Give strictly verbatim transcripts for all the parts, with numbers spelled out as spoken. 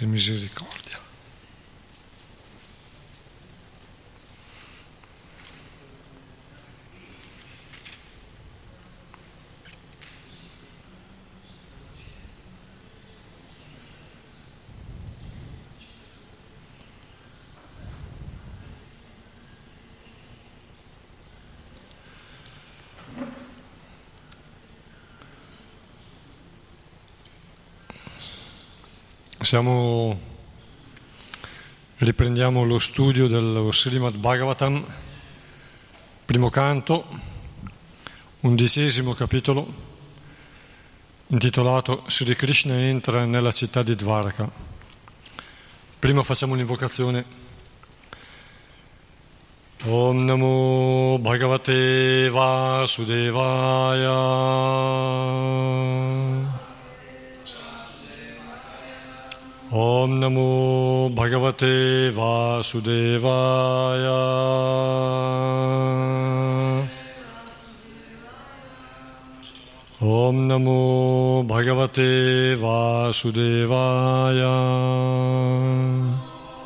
per misericordia. Siamo, riprendiamo lo studio dello Srimad Bhagavatam, primo canto, undicesimo capitolo, intitolato Sri Krishna entra nella città di Dvaraka. Prima facciamo un'invocazione. Om Namo Bhagavate Vasudevaya. Om Namo Bhagavate Vasudevaya. Om Namo Bhagavate Vasudevaya.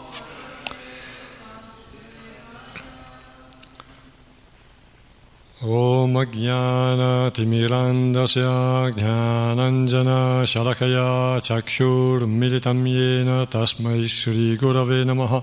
Om Ajnana Timirandasya Jnananjana Shalakaya Chakshur Militam Yena Tasmai Shri Gurave Namaha.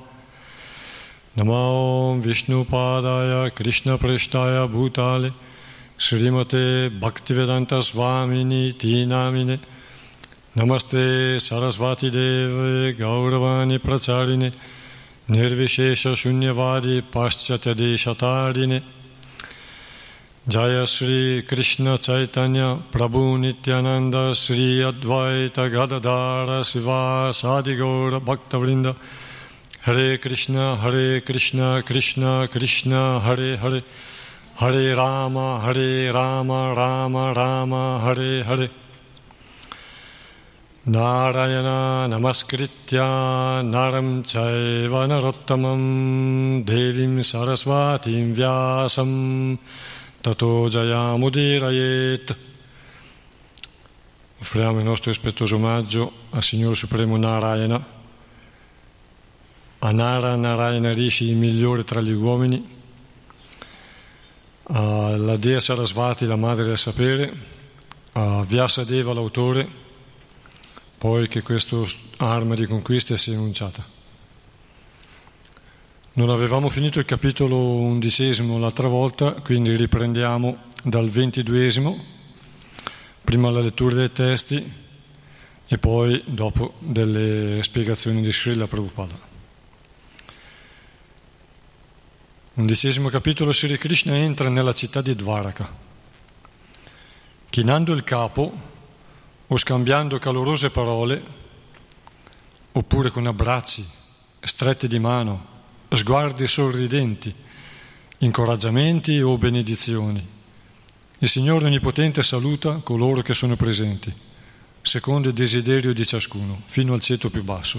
Namo Vishnu Padaya Krishna Preshtaya Bhutale Srimate Bhaktivedanta Swamini Tinamine. Namaste Sarasvati Deve Gauravani Pracharine Nirvishesha Shunyavadi Paschatya Deshatarine. Jaya Sri Krishna Chaitanya Prabhu Nityananda Sri Advaita Gadadara Siva Sadi Gaura Bhaktavrinda. Hare Krishna Hare Krishna Krishna Krishna Hare Hare. Hare Rama Hare Rama Rama Rama Hare Hare. Narayana Namaskritya Naram Chaiva Narottamam Devim Sarasvatim Vyasam Tato Jayamudirayet. Offriamo il nostro rispettoso omaggio al Signore Supremo Narayana, a Nara Narayana Rishi, il migliore tra gli uomini, alla Dea Sarasvati, la madre del sapere, a Vyasadeva, l'autore, poi che questa arma di conquista sia enunciata. Non avevamo finito il capitolo undicesimo l'altra volta, quindi riprendiamo dal ventiduesimo, prima la lettura dei testi e poi dopo delle spiegazioni di Srila Prabhupada. Undicesimo capitolo. Sri Krishna entra nella città di Dvaraka. Chinando il capo o scambiando calorose parole, oppure con abbracci stretti di mano, sguardi sorridenti, incoraggiamenti o benedizioni, il Signore Onnipotente saluta coloro che sono presenti, secondo il desiderio di ciascuno, fino al ceto più basso.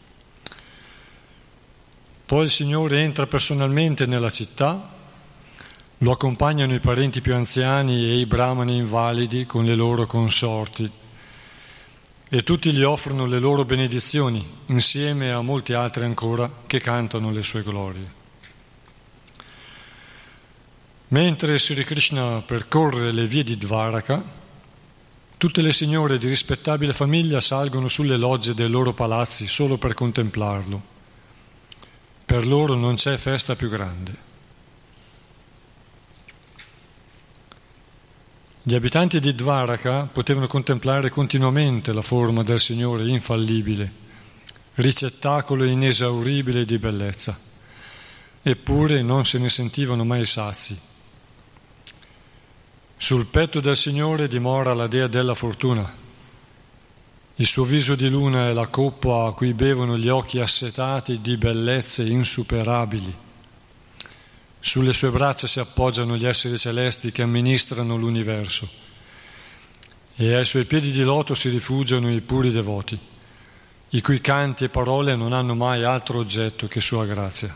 Poi il Signore entra personalmente nella città, lo accompagnano i parenti più anziani e i brahmani invalidi con le loro consorti, e tutti gli offrono le loro benedizioni, insieme a molti altri ancora che cantano le sue glorie. Mentre Sri Krishna percorre le vie di Dvaraka, tutte le signore di rispettabile famiglia salgono sulle logge dei loro palazzi solo per contemplarlo. Per loro non c'è festa più grande. Gli abitanti di Dvaraka potevano contemplare continuamente la forma del Signore infallibile, ricettacolo inesauribile di bellezza, eppure non se ne sentivano mai sazi. Sul petto del Signore dimora la Dea della fortuna. Il suo viso di luna è la coppa a cui bevono gli occhi assetati di bellezze insuperabili. Sulle sue braccia si appoggiano gli esseri celesti che amministrano l'universo, e ai suoi piedi di loto si rifugiano i puri devoti, i cui canti e parole non hanno mai altro oggetto che sua grazia.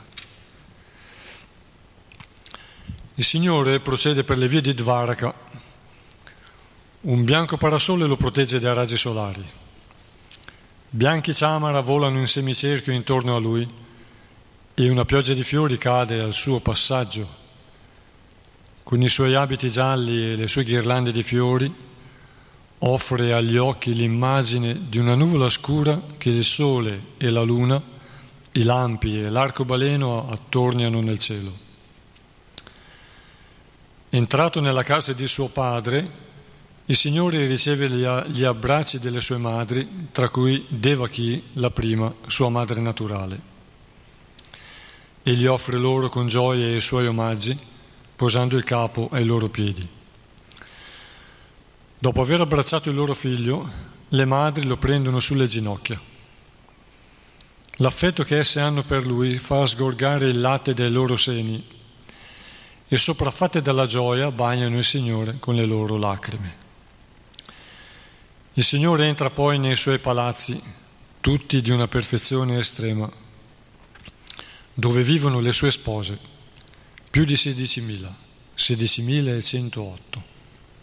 Il Signore procede per le vie di Dvaraka. Un bianco parasole lo protegge dai raggi solari. Bianchi ciamara volano in semicerchio intorno a lui e una pioggia di fiori cade al suo passaggio. Con i suoi abiti gialli e le sue ghirlande di fiori offre agli occhi l'immagine di una nuvola scura che il sole e la luna, i lampi e l'arcobaleno attorniano nel cielo. Entrato nella casa di suo padre, il Signore riceve gli abbracci delle sue madri, tra cui Devaki, la prima, sua madre naturale. Egli offre loro con gioia i suoi omaggi, posando il capo ai loro piedi. Dopo aver abbracciato il loro figlio, le madri lo prendono sulle ginocchia. L'affetto che esse hanno per lui fa sgorgare il latte dai loro seni e sopraffatte dalla gioia bagnano il Signore con le loro lacrime. Il Signore entra poi nei suoi palazzi, tutti di una perfezione estrema, dove vivono le sue spose, più di sedicimila, sedicimilacentotto.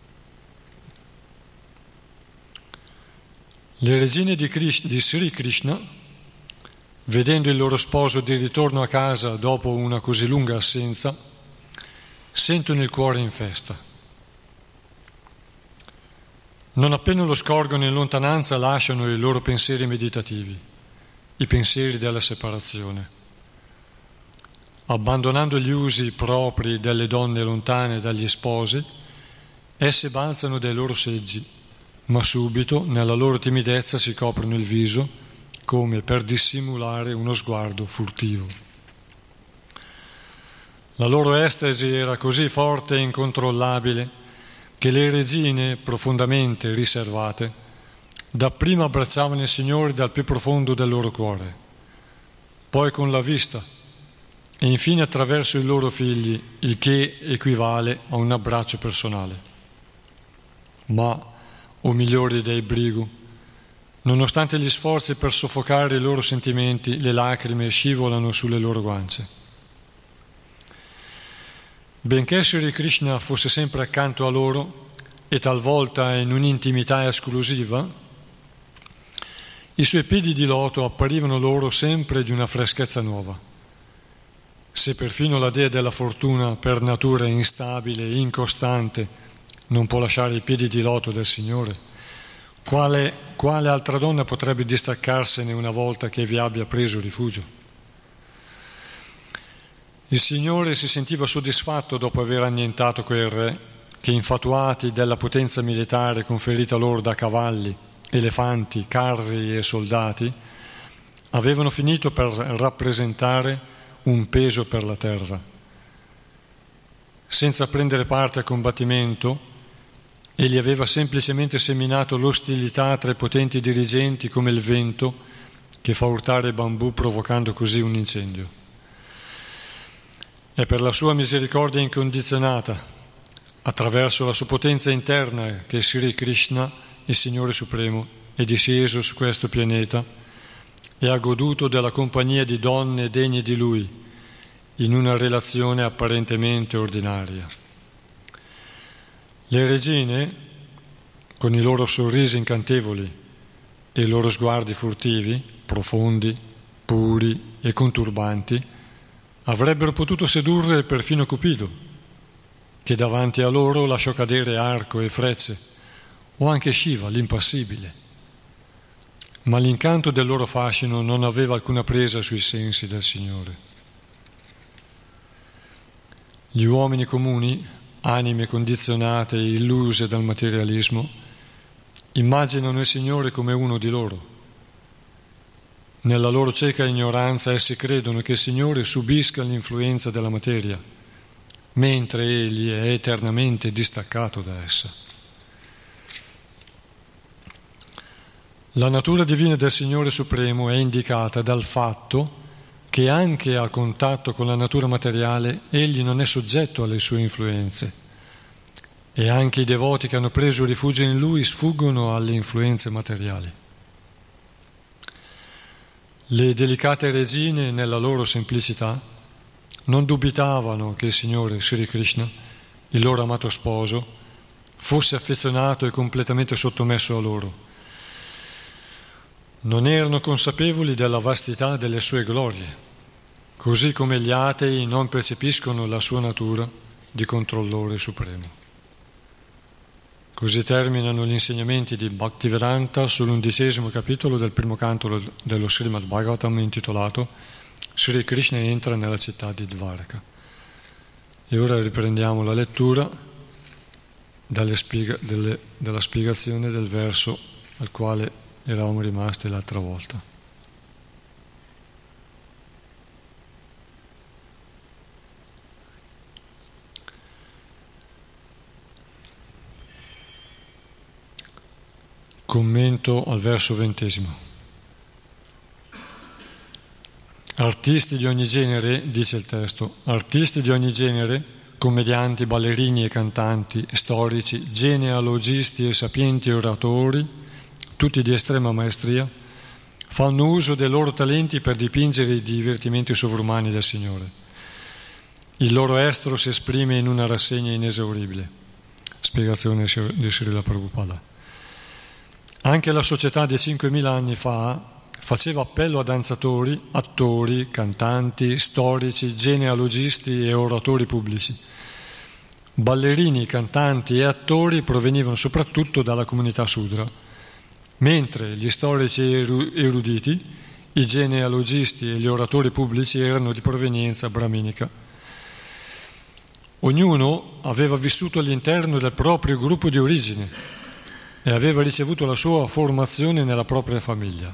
Le regine di, Krishna, di Sri Krishna, vedendo il loro sposo di ritorno a casa dopo una così lunga assenza, sentono il cuore in festa. Non appena lo scorgono in lontananza lasciano i loro pensieri meditativi, i pensieri della separazione. Abbandonando gli usi propri delle donne lontane dagli sposi, esse balzano dai loro seggi, ma subito nella loro timidezza si coprono il viso come per dissimulare uno sguardo furtivo. La loro estasi era così forte e incontrollabile che le regine, profondamente riservate, dapprima abbracciavano il Signore dal più profondo del loro cuore, poi con la vista e infine attraverso i loro figli, il che equivale a un abbraccio personale. Ma, o migliori dei Brigu, nonostante gli sforzi per soffocare i loro sentimenti, le lacrime scivolano sulle loro guance. Benché Sri Krishna fosse sempre accanto a loro e talvolta in un'intimità esclusiva, i suoi piedi di loto apparivano loro sempre di una freschezza nuova. Se perfino la dea della fortuna, per natura instabile e incostante, non può lasciare i piedi di loto del Signore, quale, quale altra donna potrebbe distaccarsene una volta che vi abbia preso rifugio? Il Signore si sentiva soddisfatto dopo aver annientato quel re che, infatuati della potenza militare conferita loro da cavalli, elefanti, carri e soldati, avevano finito per rappresentare un peso per la terra. Senza prendere parte al combattimento, egli aveva semplicemente seminato l'ostilità tra i potenti dirigenti come il vento che fa urtare il bambù provocando così un incendio. È per la sua misericordia incondizionata, attraverso la sua potenza interna, che Sri Krishna, il Signore Supremo, è disceso su questo pianeta e ha goduto della compagnia di donne degne di Lui, in una relazione apparentemente ordinaria. Le regine, con i loro sorrisi incantevoli e i loro sguardi furtivi, profondi, puri e conturbanti, avrebbero potuto sedurre perfino Cupido, che davanti a loro lasciò cadere arco e frecce, o anche Shiva, l'impassibile. Ma l'incanto del loro fascino non aveva alcuna presa sui sensi del Signore. Gli uomini comuni, anime condizionate e illuse dal materialismo, immaginano il Signore come uno di loro. Nella loro cieca ignoranza essi credono che il Signore subisca l'influenza della materia, mentre Egli è eternamente distaccato da essa. La natura divina del Signore Supremo è indicata dal fatto che anche a contatto con la natura materiale Egli non è soggetto alle sue influenze e anche i devoti che hanno preso rifugio in Lui sfuggono alle influenze materiali. Le delicate regine, nella loro semplicità, non dubitavano che il Signore Sri Krishna, il loro amato sposo, fosse affezionato e completamente sottomesso a loro. non erano consapevoli della vastità delle sue glorie, così come gli atei non percepiscono la sua natura di controllore supremo. Così terminano gli insegnamenti di Bhaktivedanta sull'undicesimo capitolo del primo canto dello Srimad Bhagavatam intitolato Sri Krishna entra nella città di Dvaraka. E ora riprendiamo la lettura dalle spiega, delle, della spiegazione del verso al quale eravamo rimasti l'altra volta. Commento al verso ventesimo. Artisti di ogni genere, dice il testo, artisti di ogni genere, commedianti, ballerini e cantanti, storici, genealogisti e sapienti oratori, tutti di estrema maestria, fanno uso dei loro talenti per dipingere i divertimenti sovrumani del Signore. Il loro estro si esprime in una rassegna inesauribile. Spiegazione di Srila Prabhupada. Anche la società di cinquemila anni fa faceva appello a danzatori, attori, cantanti, storici, genealogisti e oratori pubblici. Ballerini, cantanti e attori provenivano soprattutto dalla comunità Sudra, mentre gli storici eruditi, i genealogisti e gli oratori pubblici erano di provenienza brahminica. Ognuno aveva vissuto all'interno del proprio gruppo di origine e aveva ricevuto la sua formazione nella propria famiglia.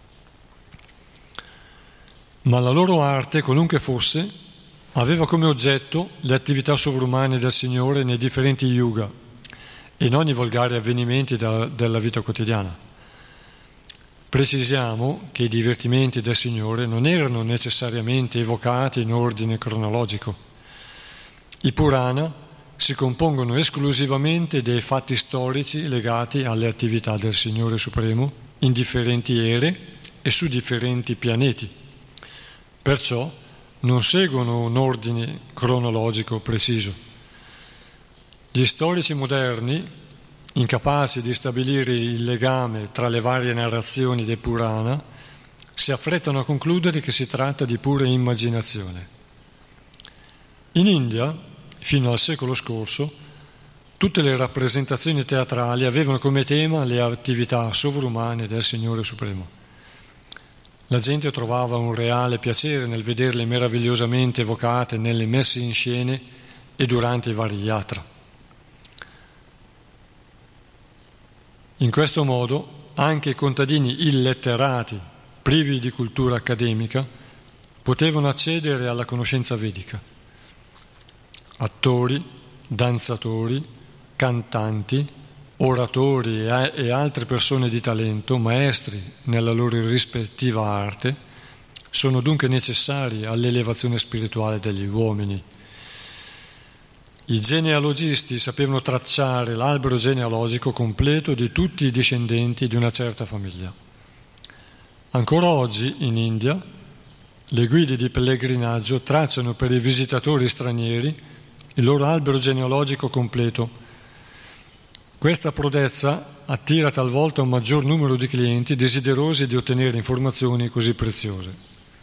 Ma la loro arte, qualunque fosse, aveva come oggetto le attività sovrumane del Signore nei differenti yuga e non i volgari avvenimenti della, della vita quotidiana. Precisiamo che i divertimenti del Signore non erano necessariamente evocati in ordine cronologico. I Purana si compongono esclusivamente dei fatti storici legati alle attività del Signore Supremo in differenti ere e su differenti pianeti. Perciò non seguono un ordine cronologico preciso. Gli storici moderni, incapaci di stabilire il legame tra le varie narrazioni dei Purana, si affrettano a concludere che si tratta di pura immaginazione. In India, fino al secolo scorso, tutte le rappresentazioni teatrali avevano come tema le attività sovrumane del Signore Supremo. La gente trovava un reale piacere nel vederle meravigliosamente evocate nelle messe in scene e durante i vari yatra. In questo modo anche i contadini illetterati, privi di cultura accademica, potevano accedere alla conoscenza vedica. Attori, danzatori, cantanti, oratori e altre persone di talento, maestri nella loro rispettiva arte, sono dunque necessari all'elevazione spirituale degli uomini. I genealogisti sapevano tracciare l'albero genealogico completo di tutti i discendenti di una certa famiglia. Ancora oggi in India le guide di pellegrinaggio tracciano per i visitatori stranieri il loro albero genealogico completo. Questa prodezza attira talvolta un maggior numero di clienti desiderosi di ottenere informazioni così preziose.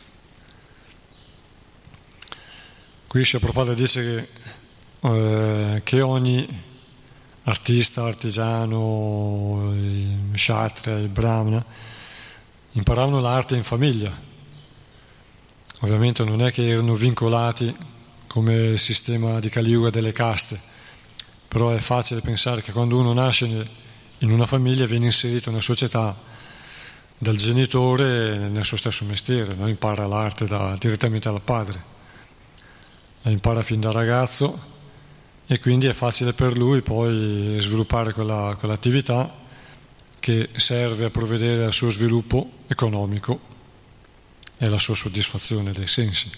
Qui Srila Prabhupada dice che, eh, che ogni artista, artigiano, i kshatriya, i brahmana imparavano l'arte in famiglia. Ovviamente non è che erano vincolati come il sistema di Kali Yuga delle caste, però è facile pensare che quando uno nasce in una famiglia viene inserito nella società dal genitore nel suo stesso mestiere, no? Impara l'arte da, direttamente dal padre, la impara fin da ragazzo e quindi è facile per lui poi sviluppare quella, quell'attività che serve a provvedere al suo sviluppo economico e alla sua soddisfazione dei sensi.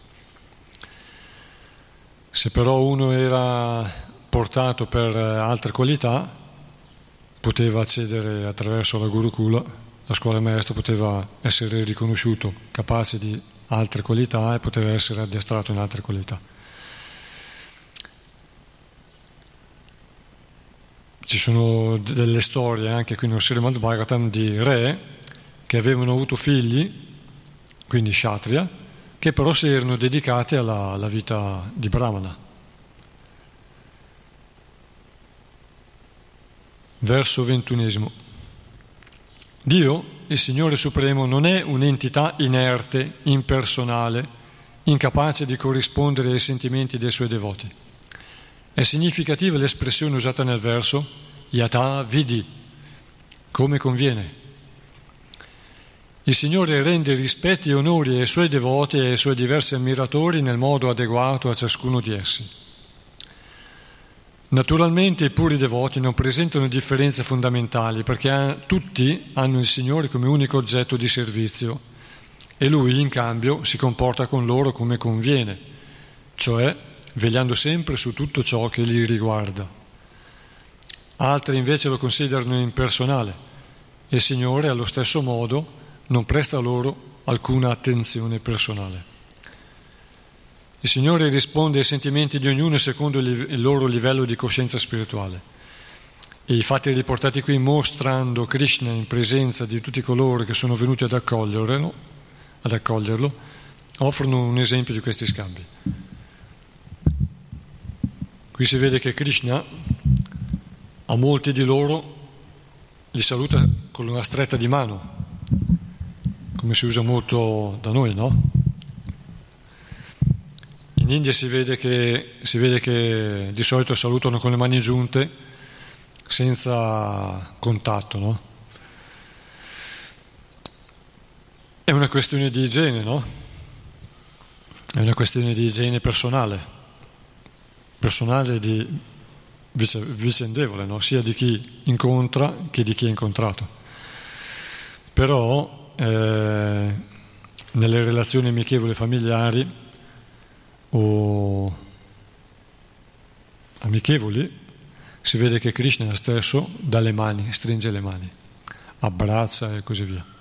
Se però uno era portato per altre qualità, poteva accedere attraverso la Gurukula, la scuola maestra, poteva essere riconosciuto capace di altre qualità e poteva essere addestrato in altre qualità. Ci sono delle storie anche qui nel Srimad Bhagavatam di re che avevano avuto figli, quindi Kshatriya, che però si erano dedicati alla, alla vita di Brahmana. Verso ventunesimo. Dio, il Signore Supremo, non è un'entità inerte, impersonale, incapace di corrispondere ai sentimenti dei suoi devoti. È significativa l'espressione usata nel verso Yatha Vidi, come conviene. Il Signore rende rispetti e onori ai suoi devoti e ai suoi diversi ammiratori nel modo adeguato a ciascuno di essi. Naturalmente i puri devoti non presentano differenze fondamentali perché tutti hanno il Signore come unico oggetto di servizio e Lui in cambio si comporta con loro come conviene, cioè vegliando sempre su tutto ciò che li riguarda. Altri invece lo considerano impersonale e il Signore allo stesso modo non presta loro alcuna attenzione personale. Il Signore risponde ai sentimenti di ognuno secondo il loro livello di coscienza spirituale. E i fatti riportati qui mostrando Krishna in presenza di tutti coloro che sono venuti ad accoglierlo, ad accoglierlo, offrono un esempio di questi scambi. Qui si vede che Krishna a molti di loro li saluta con una stretta di mano, come si usa molto da noi, no? In India si vede che, si vede che di solito salutano con le mani giunte senza contatto, no? È una questione di igiene, no? È una questione di igiene personale, personale di vice, vicendevole, no? Sia di chi incontra che di chi è incontrato. Però eh, nelle relazioni amichevoli familiari o amichevoli si vede che Krishna stesso dà le mani, stringe le mani, abbraccia e così via.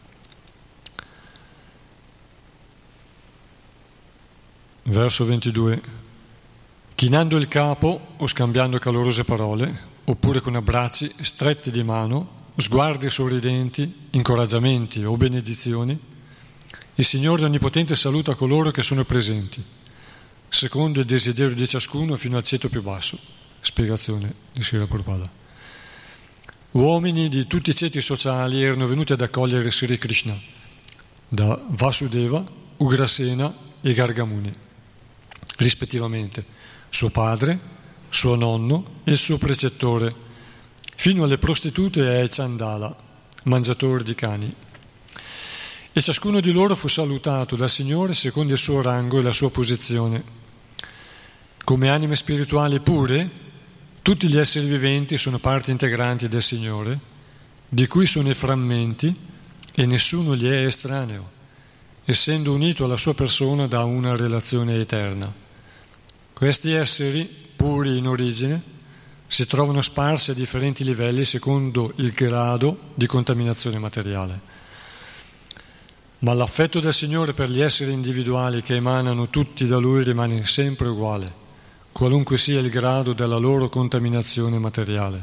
Verso ventidue. Chinando il capo o scambiando calorose parole, oppure con abbracci stretti di mano, sguardi sorridenti, incoraggiamenti o benedizioni, il Signore Onnipotente saluta coloro che sono presenti, secondo il desiderio di ciascuno fino al ceto più basso. Spiegazione di Srila Prabhupada. Uomini di tutti i ceti sociali erano venuti ad accogliere Sri Krishna, da Vasudeva, Ugrasena e Gargamuni, rispettivamente suo padre, suo nonno e il suo precettore, fino alle prostitute e ai Chandala, mangiatori di cani. E ciascuno di loro fu salutato dal Signore secondo il suo rango e la sua posizione. Come anime spirituali pure, tutti gli esseri viventi sono parti integranti del Signore, di cui sono i frammenti e nessuno gli è estraneo, essendo unito alla sua persona da una relazione eterna. Questi esseri, puri in origine, si trovano sparsi a differenti livelli secondo il grado di contaminazione materiale. Ma l'affetto del Signore per gli esseri individuali che emanano tutti da Lui rimane sempre uguale, qualunque sia il grado della loro contaminazione materiale.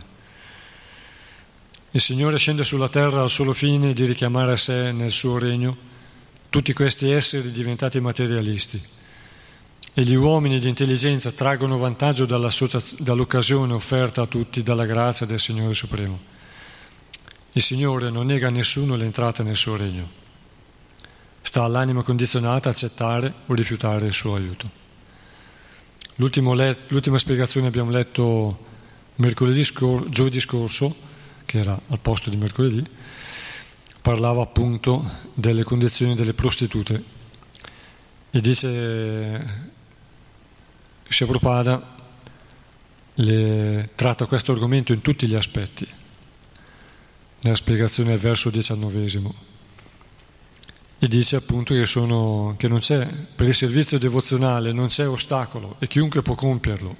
Il Signore scende sulla terra al solo fine di richiamare a sé nel suo regno tutti questi esseri diventati materialisti, e gli uomini di intelligenza traggono vantaggio dall'occasione offerta a tutti dalla grazia del Signore Supremo. Il Signore non nega a nessuno l'entrata nel suo regno. Sta all'anima condizionata accettare o rifiutare il suo aiuto. L'ultimo let- l'ultima spiegazione abbiamo letto mercoledì scor- giovedì scorso, che era al posto di mercoledì, parlava appunto delle condizioni delle prostitute e dice Srila Prabhupada le tratta questo argomento in tutti gli aspetti nella spiegazione del verso diciannovesimo e dice appunto che, sono, che non c'è, per il servizio devozionale non c'è ostacolo e chiunque può compierlo.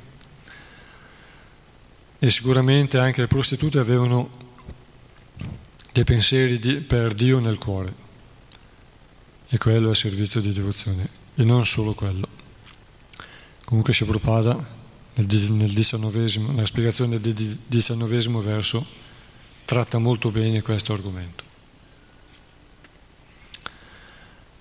E sicuramente anche le prostitute avevano dei pensieri di, per Dio nel cuore, e quello è il servizio di devozione, e non solo quello. Comunque Srila Prabhupada nel, nel diciannovesimo, nella spiegazione del diciannovesimo verso tratta molto bene questo argomento.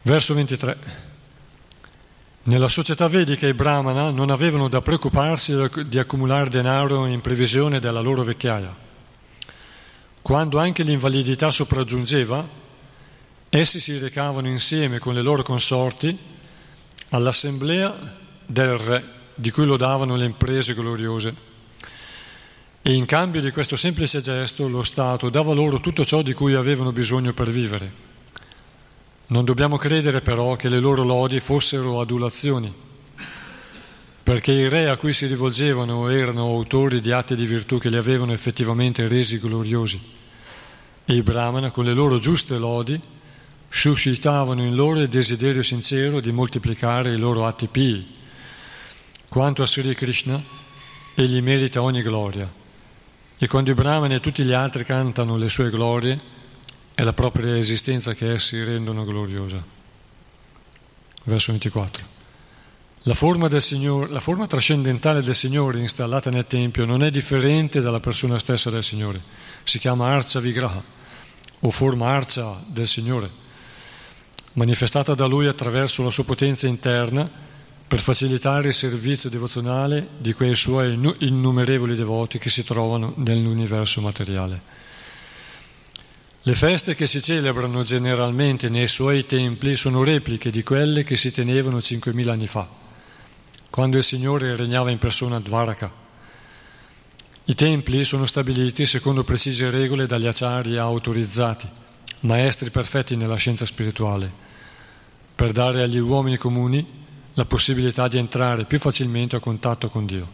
Verso ventitré. Nella società vedica i brahmana non avevano da preoccuparsi di accumulare denaro in previsione della loro vecchiaia. Quando anche l'invalidità sopraggiungeva, essi si recavano insieme con le loro consorti all'assemblea del re, di cui lodavano le imprese gloriose. E in cambio di questo semplice gesto lo Stato dava loro tutto ciò di cui avevano bisogno per vivere. Non dobbiamo credere però che le loro lodi fossero adulazioni, perché i re a cui si rivolgevano erano autori di atti di virtù che li avevano effettivamente resi gloriosi, e i brahmana con le loro giuste lodi suscitavano in loro il desiderio sincero di moltiplicare i loro atti pii. Quanto a Sri Krishna, egli merita ogni gloria, e quando i brahmani e tutti gli altri cantano le sue glorie, è la propria esistenza che essi rendono gloriosa. Verso ventiquattro. La forma del Signore, la forma trascendentale del Signore installata nel Tempio non è differente dalla persona stessa del Signore. Si chiama Archa Vigraha, o forma Archa del Signore, manifestata da Lui attraverso la sua potenza interna per facilitare il servizio devozionale di quei Suoi innumerevoli devoti che si trovano nell'universo materiale. Le feste che si celebrano generalmente nei Suoi templi sono repliche di quelle che si tenevano cinquemila anni fa, quando il Signore regnava in persona a Dvaraka. I templi sono stabiliti secondo precise regole dagli acharya autorizzati, maestri perfetti nella scienza spirituale, per dare agli uomini comuni la possibilità di entrare più facilmente a contatto con Dio.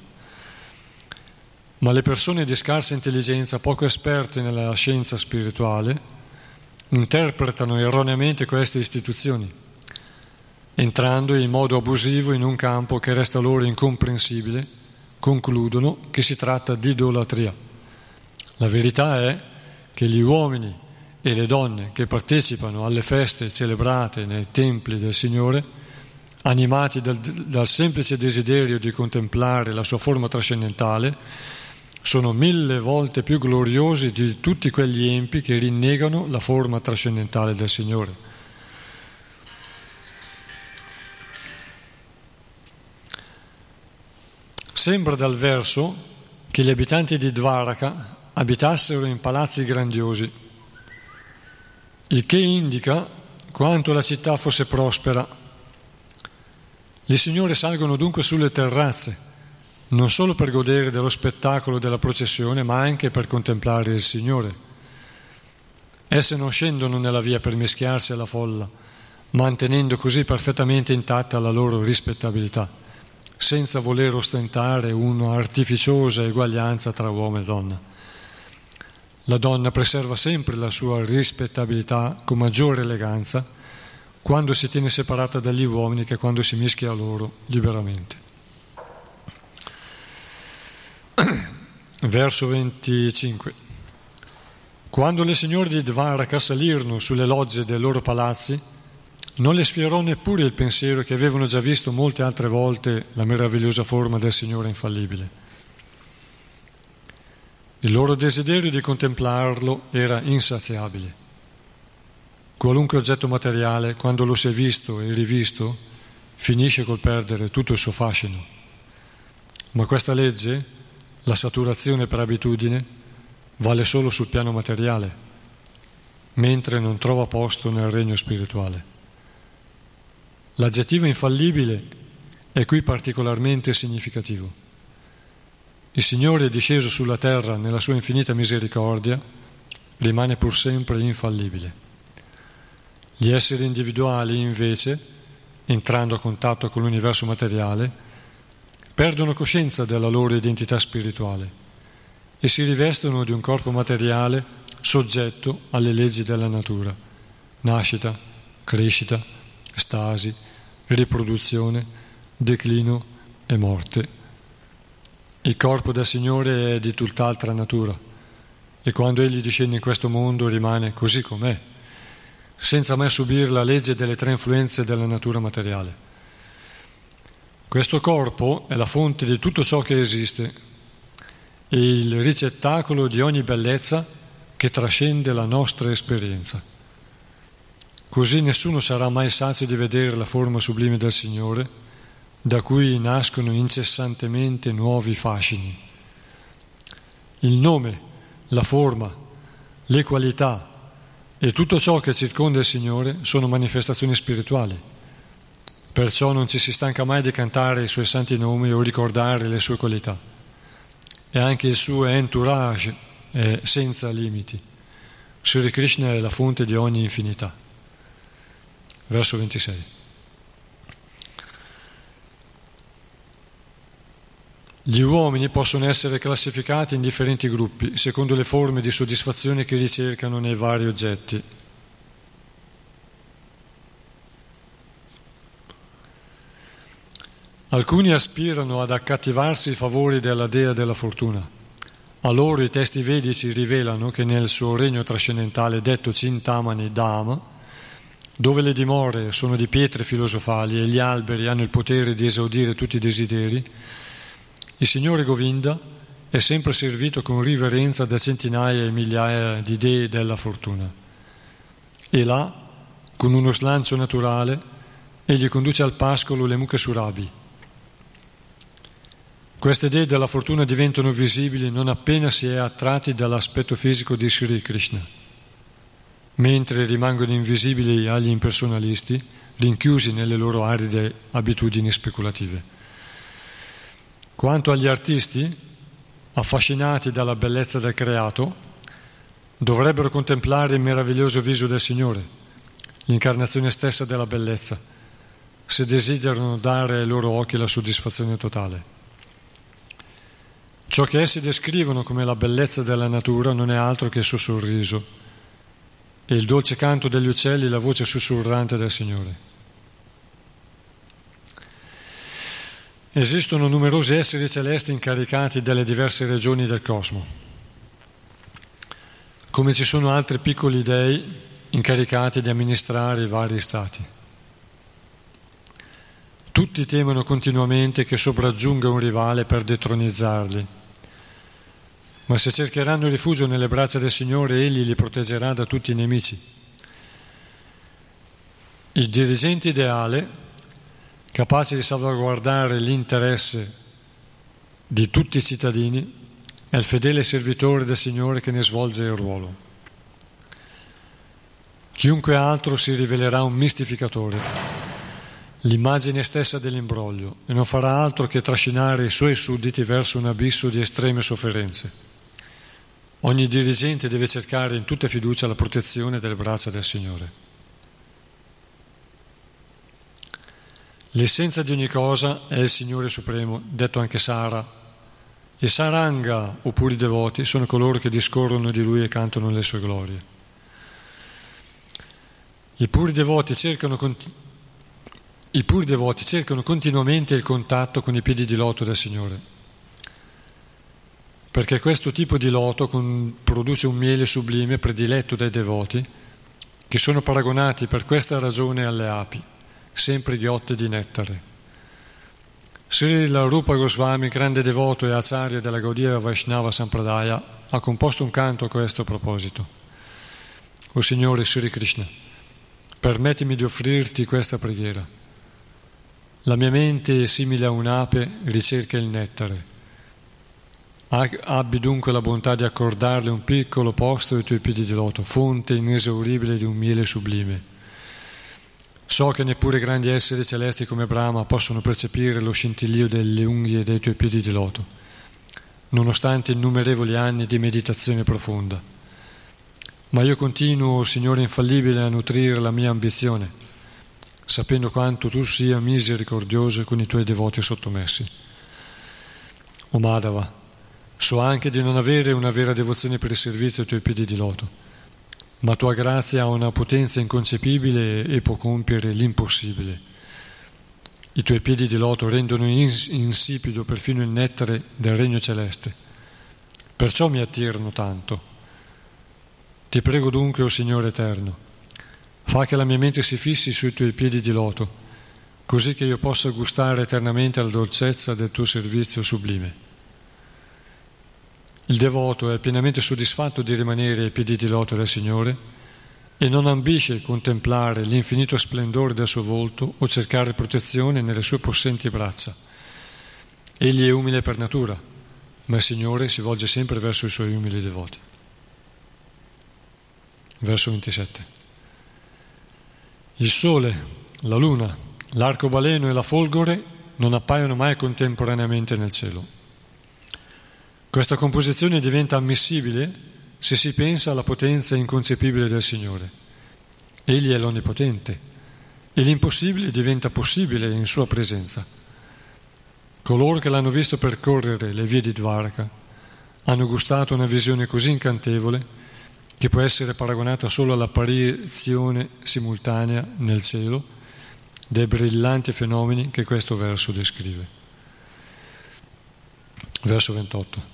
Ma le persone di scarsa intelligenza, poco esperte nella scienza spirituale, interpretano erroneamente queste istituzioni, entrando in modo abusivo in un campo che resta loro incomprensibile, concludono che si tratta di idolatria. La verità è che gli uomini e le donne che partecipano alle feste celebrate nei templi del Signore, animati dal, dal semplice desiderio di contemplare la sua forma trascendentale, sono mille volte più gloriosi di tutti quegli empi che rinnegano la forma trascendentale del Signore. Sembra dal verso che gli abitanti di Dvaraka abitassero in palazzi grandiosi, il che indica quanto la città fosse prospera. Gli signori salgono dunque sulle terrazze, non solo per godere dello spettacolo della processione, ma anche per contemplare il Signore. Esse non scendono nella via per mischiarsi alla folla, mantenendo così perfettamente intatta la loro rispettabilità, senza voler ostentare una artificiosa eguaglianza tra uomo e donna. La donna preserva sempre la sua rispettabilità con maggiore eleganza quando si tiene separata dagli uomini che quando si mischia a loro liberamente. Verso venticinque. Quando le signore di Dvaraka salirono sulle logge dei loro palazzi, non le sfiorò neppure il pensiero che avevano già visto molte altre volte la meravigliosa forma del Signore infallibile. Il loro desiderio di contemplarlo era insaziabile. Qualunque oggetto materiale, quando lo si è visto e rivisto, finisce col perdere tutto il suo fascino. Ma questa legge, la saturazione per abitudine, vale solo sul piano materiale, mentre non trova posto nel regno spirituale. L'aggettivo infallibile è qui particolarmente significativo. Il Signore è disceso sulla terra nella sua infinita misericordia, rimane pur sempre infallibile. Gli esseri individuali, invece, entrando a contatto con l'universo materiale, perdono coscienza della loro identità spirituale e si rivestono di un corpo materiale soggetto alle leggi della natura: nascita, crescita, stasi, riproduzione, declino e morte. Il corpo del Signore è di tutt'altra natura e quando Egli discende in questo mondo rimane così com'è, senza mai subire la legge delle tre influenze della natura materiale. Questo corpo è la fonte di tutto ciò che esiste e il ricettacolo di ogni bellezza che trascende la nostra esperienza. Così nessuno sarà mai sazio di vedere la forma sublime del Signore, da cui nascono incessantemente nuovi fascini. Il nome, la forma, le qualità e tutto ciò che circonda il Signore sono manifestazioni spirituali. Perciò non ci si stanca mai di cantare i Suoi santi nomi o ricordare le Sue qualità. E anche il suo entourage è senza limiti. Sri Krishna è la fonte di ogni infinità. Verso ventisei. Gli uomini possono essere classificati in differenti gruppi, secondo le forme di soddisfazione che ricercano nei vari oggetti. Alcuni aspirano ad accattivarsi i favori della dea della fortuna. A loro i testi vedici rivelano che nel suo regno trascendentale detto Cintamani Dhama, dove le dimore sono di pietre filosofali e gli alberi hanno il potere di esaudire tutti i desideri, il Signore Govinda è sempre servito con riverenza da centinaia e migliaia di dei della fortuna. E là, con uno slancio naturale, egli conduce al pascolo le mucche surabi. Queste dei della fortuna diventano visibili non appena si è attratti dall'aspetto fisico di Sri Krishna, mentre rimangono invisibili agli impersonalisti, rinchiusi nelle loro aride abitudini speculative. Quanto agli artisti, affascinati dalla bellezza del creato, dovrebbero contemplare il meraviglioso viso del Signore, l'incarnazione stessa della bellezza, se desiderano dare ai loro occhi la soddisfazione totale. Ciò che essi descrivono come la bellezza della natura non è altro che il suo sorriso e il dolce canto degli uccelli, la voce sussurrante del Signore. Esistono numerosi esseri celesti incaricati delle diverse regioni del cosmo, come ci sono altri piccoli dei incaricati di amministrare i vari stati. Tutti temono continuamente che sopraggiunga un rivale per detronizzarli, ma se cercheranno rifugio nelle braccia del Signore, Egli li proteggerà da tutti i nemici. Il dirigente ideale, capace di salvaguardare l'interesse di tutti i cittadini, è il fedele servitore del Signore che ne svolge il ruolo. Chiunque altro si rivelerà un mistificatore, l'immagine stessa dell'imbroglio, e non farà altro che trascinare i suoi sudditi verso un abisso di estreme sofferenze. Ogni dirigente deve cercare in tutta fiducia la protezione delle braccia del Signore. L'essenza di ogni cosa è il Signore Supremo, detto anche Sara, e Saranga, o puri devoti, sono coloro che discorrono di Lui e cantano le sue glorie. I puri devoti cercano continu- I puri devoti cercano continuamente il contatto con i piedi di loto del Signore, perché questo tipo di loto con, produce un miele sublime prediletto dai devoti, che sono paragonati per questa ragione alle api, sempre ghiotte di nettare. Srila Rupa Goswami, grande devoto e acharya della Gaudiya Vaishnava Sampradaya, ha composto un canto a questo proposito. O Signore Sri Krishna, permettimi di offrirti questa preghiera. La mia mente, simile a un'ape, ricerca il nettare. Abbi dunque la bontà di accordarle un piccolo posto ai tuoi piedi di loto, fonte inesauribile di un miele sublime. So che neppure grandi esseri celesti come Brahma possono percepire lo scintillio delle unghie dei tuoi piedi di loto, nonostante innumerevoli anni di meditazione profonda. Ma io continuo, Signore infallibile, a nutrire la mia ambizione, sapendo quanto tu sia misericordioso con i tuoi devoti sottomessi. O Madhava, so anche di non avere una vera devozione per il servizio ai tuoi piedi di loto, ma tua grazia ha una potenza inconcepibile e può compiere l'impossibile. I tuoi piedi di loto rendono insipido perfino il nettare del regno celeste, perciò mi attirano tanto. Ti prego dunque, o Signore eterno, fa che la mia mente si fissi sui tuoi piedi di loto, così che io possa gustare eternamente la dolcezza del tuo servizio sublime. Il devoto è pienamente soddisfatto di rimanere ai piedi di loto del Signore e non ambisce contemplare l'infinito splendore del suo volto o cercare protezione nelle sue possenti braccia. Egli è umile per natura, ma il Signore si volge sempre verso i suoi umili devoti. Verso ventisette. Il sole, la luna, l'arcobaleno e la folgore non appaiono mai contemporaneamente nel cielo. Questa composizione diventa ammissibile se si pensa alla potenza inconcepibile del Signore. Egli è l'Onnipotente e l'impossibile diventa possibile in sua presenza. Coloro che l'hanno visto percorrere le vie di Dvaraka hanno gustato una visione così incantevole che può essere paragonata solo all'apparizione simultanea nel cielo dei brillanti fenomeni che questo verso descrive. Verso ventotto.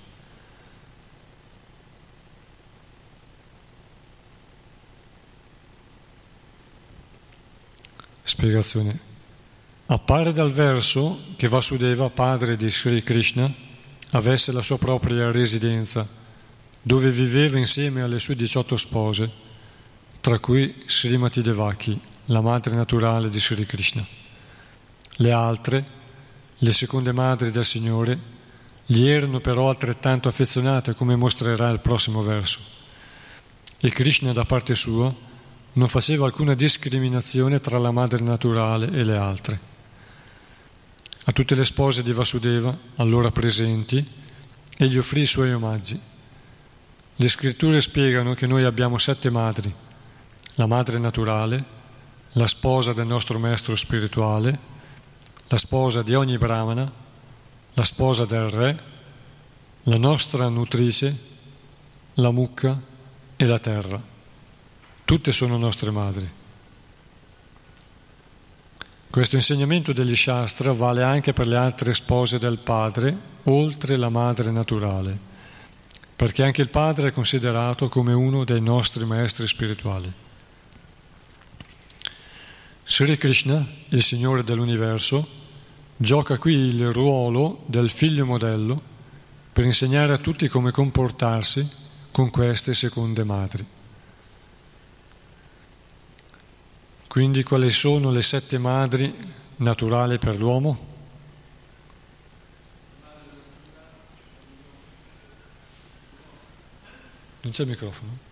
Spiegazione. Appare dal verso che Vasudeva, padre di Sri Krishna, avesse la sua propria residenza, dove viveva insieme alle sue diciotto spose, tra cui Srimati Devaki, la madre naturale di Sri Krishna. Le altre, le seconde madri del Signore, gli erano però altrettanto affezionate, come mostrerà il prossimo verso. E Krishna, da parte sua, non faceva alcuna discriminazione tra la madre naturale e le altre. A tutte le spose di Vasudeva, allora presenti, egli offrì i suoi omaggi. Le scritture spiegano che noi abbiamo sette madri: la madre naturale, la sposa del nostro maestro spirituale, la sposa di ogni brahmana, la sposa del re, la nostra nutrice, la mucca e la terra. Tutte sono nostre madri. Questo insegnamento degli Shastra vale anche per le altre spose del padre, oltre la madre naturale, perché anche il padre è considerato come uno dei nostri maestri spirituali. Sri Krishna, il Signore dell'universo, gioca qui il ruolo del figlio modello per insegnare a tutti come comportarsi con queste seconde madri. Quindi quali sono le sette madri naturali per l'uomo? Non c'è il microfono?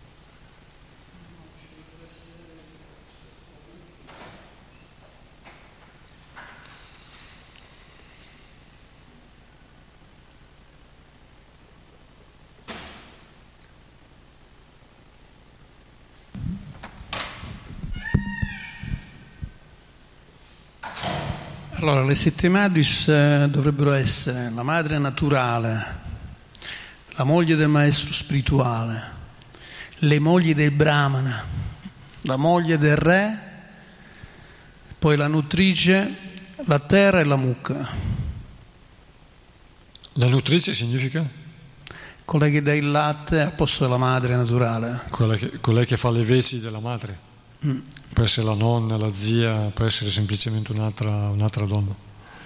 Allora, le sette madris dovrebbero essere la madre naturale, la moglie del maestro spirituale, le mogli del brahmana, la moglie del re, poi la nutrice, la terra e la mucca. La nutrice significa? Colei che dà il latte al posto della madre naturale. Quella che, colei che fa le veci della madre. Mm. Può essere la nonna, la zia, può essere semplicemente un'altra, un'altra donna.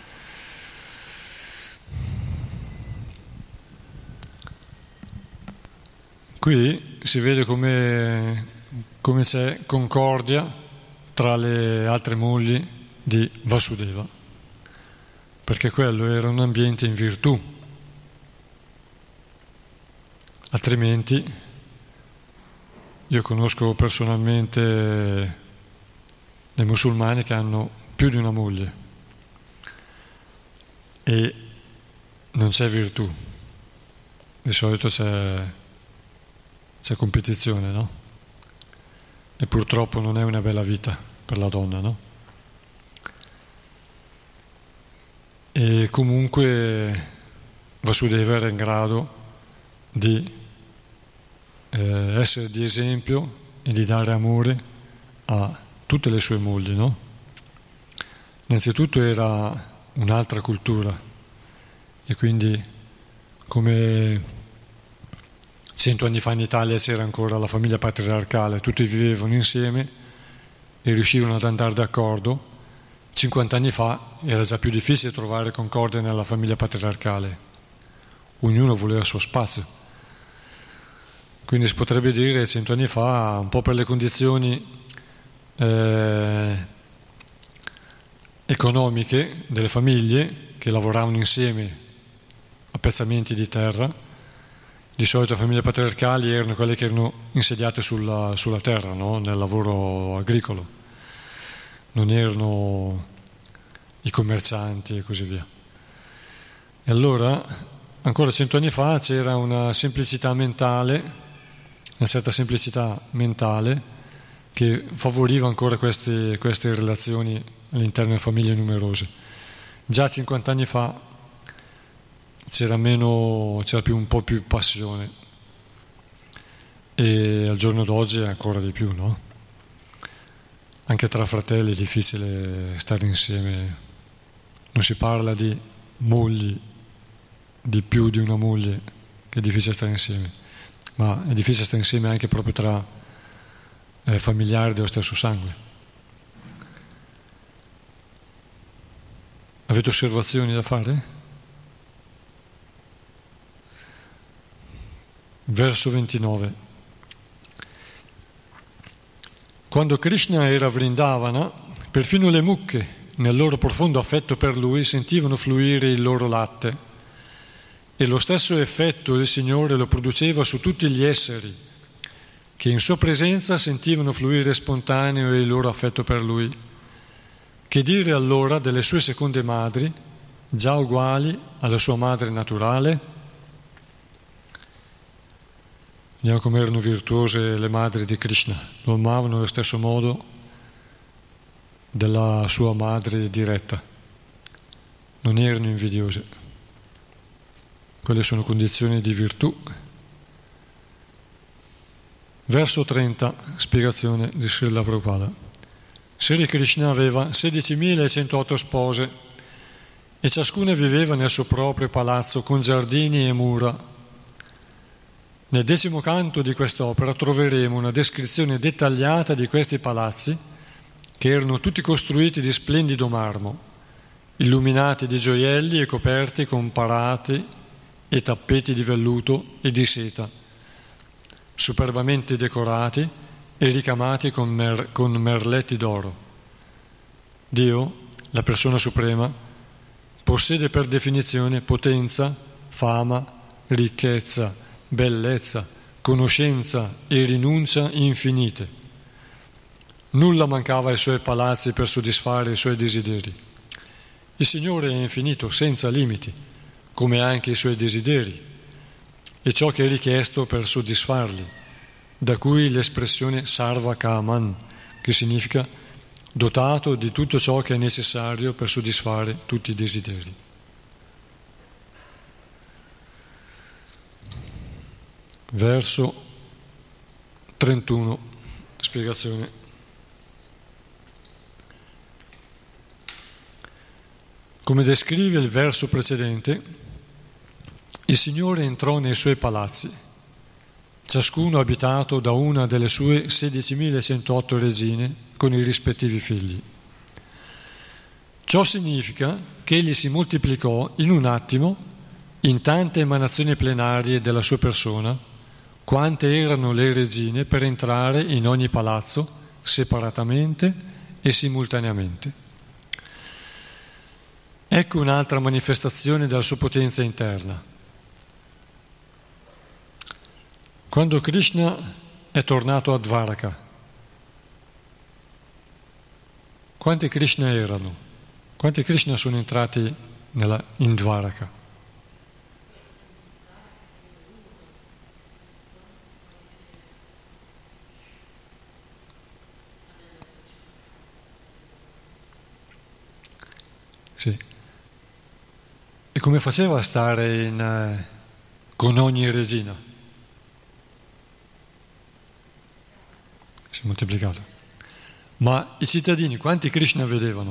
Qui si vede come, come c'è concordia tra le altre mogli di Vasudeva, perché quello era un ambiente in virtù, altrimenti io conosco personalmente dei musulmani che hanno più di una moglie e non c'è virtù, di solito c'è, c'è competizione, no? E purtroppo non è una bella vita per la donna, no? E comunque Vasudeva era in grado di eh, essere di esempio e di dare amore a tutte le sue mogli, no? Innanzitutto era un'altra cultura e quindi come cento anni fa in Italia c'era ancora la famiglia patriarcale, tutti vivevano insieme e riuscivano ad andare d'accordo. cinquanta anni fa era già più difficile trovare concordia nella famiglia patriarcale, ognuno voleva il suo spazio. Quindi si potrebbe dire cento anni fa, un po' per le condizioni eh, economiche delle famiglie che lavoravano insieme a pezzamenti di terra, di solito le famiglie patriarcali erano quelle che erano insediate sulla, sulla terra, no? Nel lavoro agricolo, non erano i commercianti e così via. E allora, ancora cento anni fa, c'era una semplicità mentale, una certa semplicità mentale che favoriva ancora queste, queste relazioni all'interno di famiglie numerose. Già cinquanta anni fa c'era meno, c'era più, un po' più passione, e al giorno d'oggi è ancora di più, no? Anche tra fratelli è difficile stare insieme, non si parla di mogli, di più di una moglie, che è difficile stare insieme, ma è difficile stare insieme anche proprio tra eh, familiari dello stesso sangue. Avete osservazioni da fare? Verso ventinove. Quando Krishna era a Vrindavana, perfino le mucche, nel loro profondo affetto per lui, sentivano fluire il loro latte, e lo stesso effetto il Signore lo produceva su tutti gli esseri che in sua presenza sentivano fluire spontaneo il loro affetto per lui. Che dire allora delle sue seconde madri, già uguali alla sua madre naturale? Vediamo come erano virtuose le madri di Krishna, lo amavano allo stesso modo della sua madre diretta, non erano invidiose. Quelle sono condizioni di virtù. Verso trenta, spiegazione di Srila Prabhupada. Sri Krishna aveva sedicimilacentotto spose e ciascuna viveva nel suo proprio palazzo con giardini e mura. Nel decimo canto di quest'opera troveremo una descrizione dettagliata di questi palazzi, che erano tutti costruiti di splendido marmo, illuminati di gioielli e coperti con parati e tappeti di velluto e di seta, superbamente decorati e ricamati con, mer- con merletti d'oro. Dio, la persona suprema, possiede per definizione potenza, fama, ricchezza, bellezza, conoscenza e rinuncia infinite. Nulla mancava ai suoi palazzi per soddisfare i suoi desideri. Il Signore è infinito, senza limiti, come anche i suoi desideri, e ciò che è richiesto per soddisfarli, da cui l'espressione Sarva Kaman, che significa dotato di tutto ciò che è necessario per soddisfare tutti i desideri. Verso trentuno, spiegazione. Come descrive il verso precedente, il Signore entrò nei suoi palazzi, ciascuno abitato da una delle sue sedicimilacentotto regine con i rispettivi figli. Ciò significa che egli si moltiplicò in un attimo in tante emanazioni plenarie della sua persona, quante erano le regine per entrare in ogni palazzo separatamente e simultaneamente. Ecco un'altra manifestazione della sua potenza interna. Quando Krishna è tornato a Dvaraka, quanti Krishna erano? Quanti Krishna sono entrati nella, in Dvaraka? Sì. E come faceva a stare in, eh, con ogni regina? Si è moltiplicato. Ma i cittadini, quanti Krishna vedevano?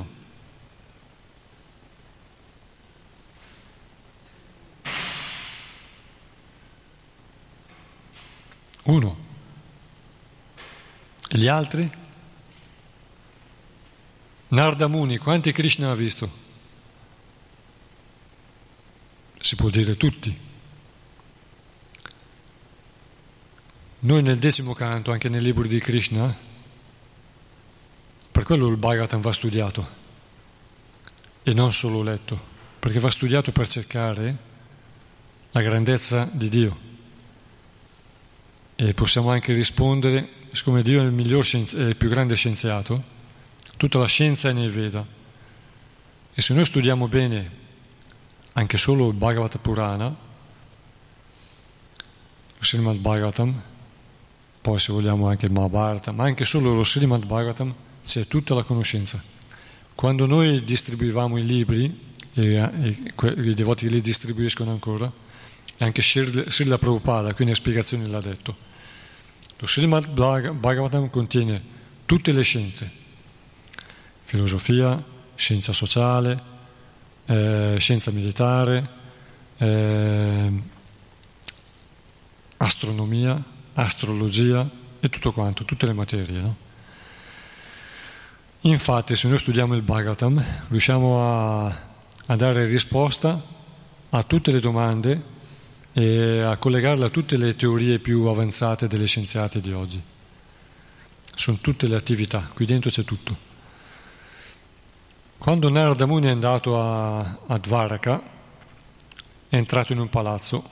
Uno. E gli altri? Narada Muni, quanti Krishna ha visto? Si può dire tutti. Noi nel decimo canto, anche nel libro di Krishna, per quello il Bhagavatam va studiato e non solo letto, perché va studiato per cercare la grandezza di Dio. E possiamo anche rispondere, siccome Dio è il miglior scienzi- è il più grande scienziato, tutta la scienza è nei Veda. E se noi studiamo bene anche solo il Bhagavata Purana, lo Srimad Bhagavatam, poi se vogliamo anche il Mahabharata, ma anche solo lo Srimad Bhagavatam, c'è tutta la conoscenza. Quando noi distribuivamo i libri, e, e que, i devoti li distribuiscono ancora, e anche Srila Prabhupada, quindi a spiegazioni l'ha detto, lo Srimad Bhagavatam contiene tutte le scienze, filosofia, scienza sociale, eh, scienza militare, eh, astronomia, astrologia e tutto quanto, tutte le materie, no? Infatti, se noi studiamo il Bhagavatam, riusciamo a, a dare risposta a tutte le domande e a collegarla a tutte le teorie più avanzate delle scienziate di oggi. Sono tutte le attività, qui dentro c'è tutto. Quando Narada Muni è andato a, a Dvaraka, è entrato in un palazzo.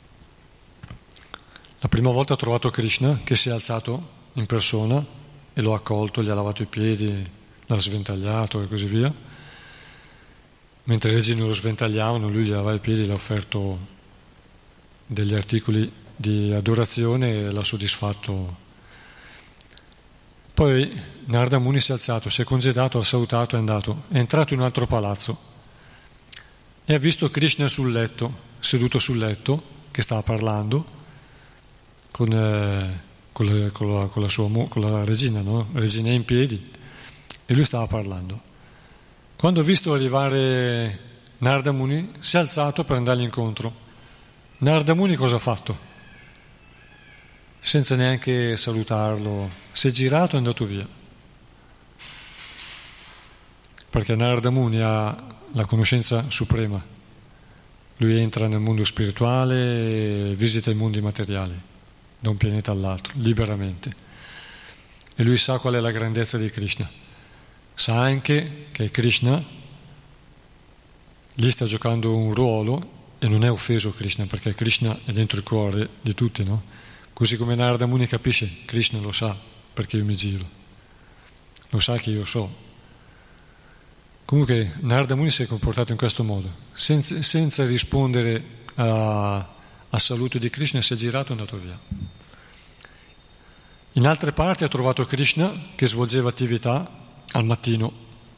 La prima volta ha trovato Krishna, che si è alzato in persona e lo ha accolto, gli ha lavato i piedi, l'ha sventagliato e così via. Mentre i regini lo sventagliavano, lui gli lavava i piedi, gli ha offerto degli articoli di adorazione e l'ha soddisfatto. Poi Narada Muni si è alzato, si è congedato, ha salutato e è andato. È entrato in un altro palazzo e ha visto Krishna sul letto, seduto sul letto, che stava parlando con, eh, con, la, con, la, con la sua con la regina, no? La regina è in piedi e lui stava parlando. Quando ha visto arrivare Narada Muni, si è alzato per andargli incontro. Narada Muni cosa ha fatto? Senza neanche salutarlo, si è girato e è andato via. Perché Narada Muni ha la conoscenza suprema. Lui entra nel mondo spirituale e visita i mondi materiali, da un pianeta all'altro, liberamente. E lui sa qual è la grandezza di Krishna. Sa anche che Krishna lì sta giocando un ruolo e non è offeso Krishna, perché Krishna è dentro il cuore di tutti, no? Così come Narada Muni capisce, Krishna lo sa perché io mi giro, lo sa che io so. Comunque Narada Muni si è comportato in questo modo, senza, senza rispondere a, al saluto di Krishna, si è girato e è andato via. In altre parti ha trovato Krishna che svolgeva attività al mattino.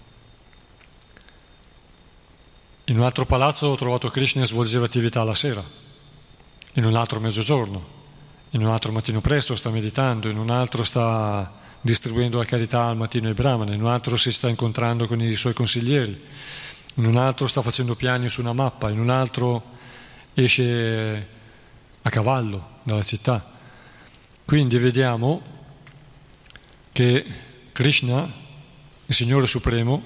In un altro palazzo ho trovato Krishna che svolgeva attività la sera, in un altro mezzogiorno. In un altro mattino presto sta meditando, in un altro sta distribuendo la carità al mattino ai brahmani, in un altro si sta incontrando con i suoi consiglieri, in un altro sta facendo piani su una mappa, in un altro esce a cavallo dalla città. Quindi vediamo che Krishna, il Signore Supremo,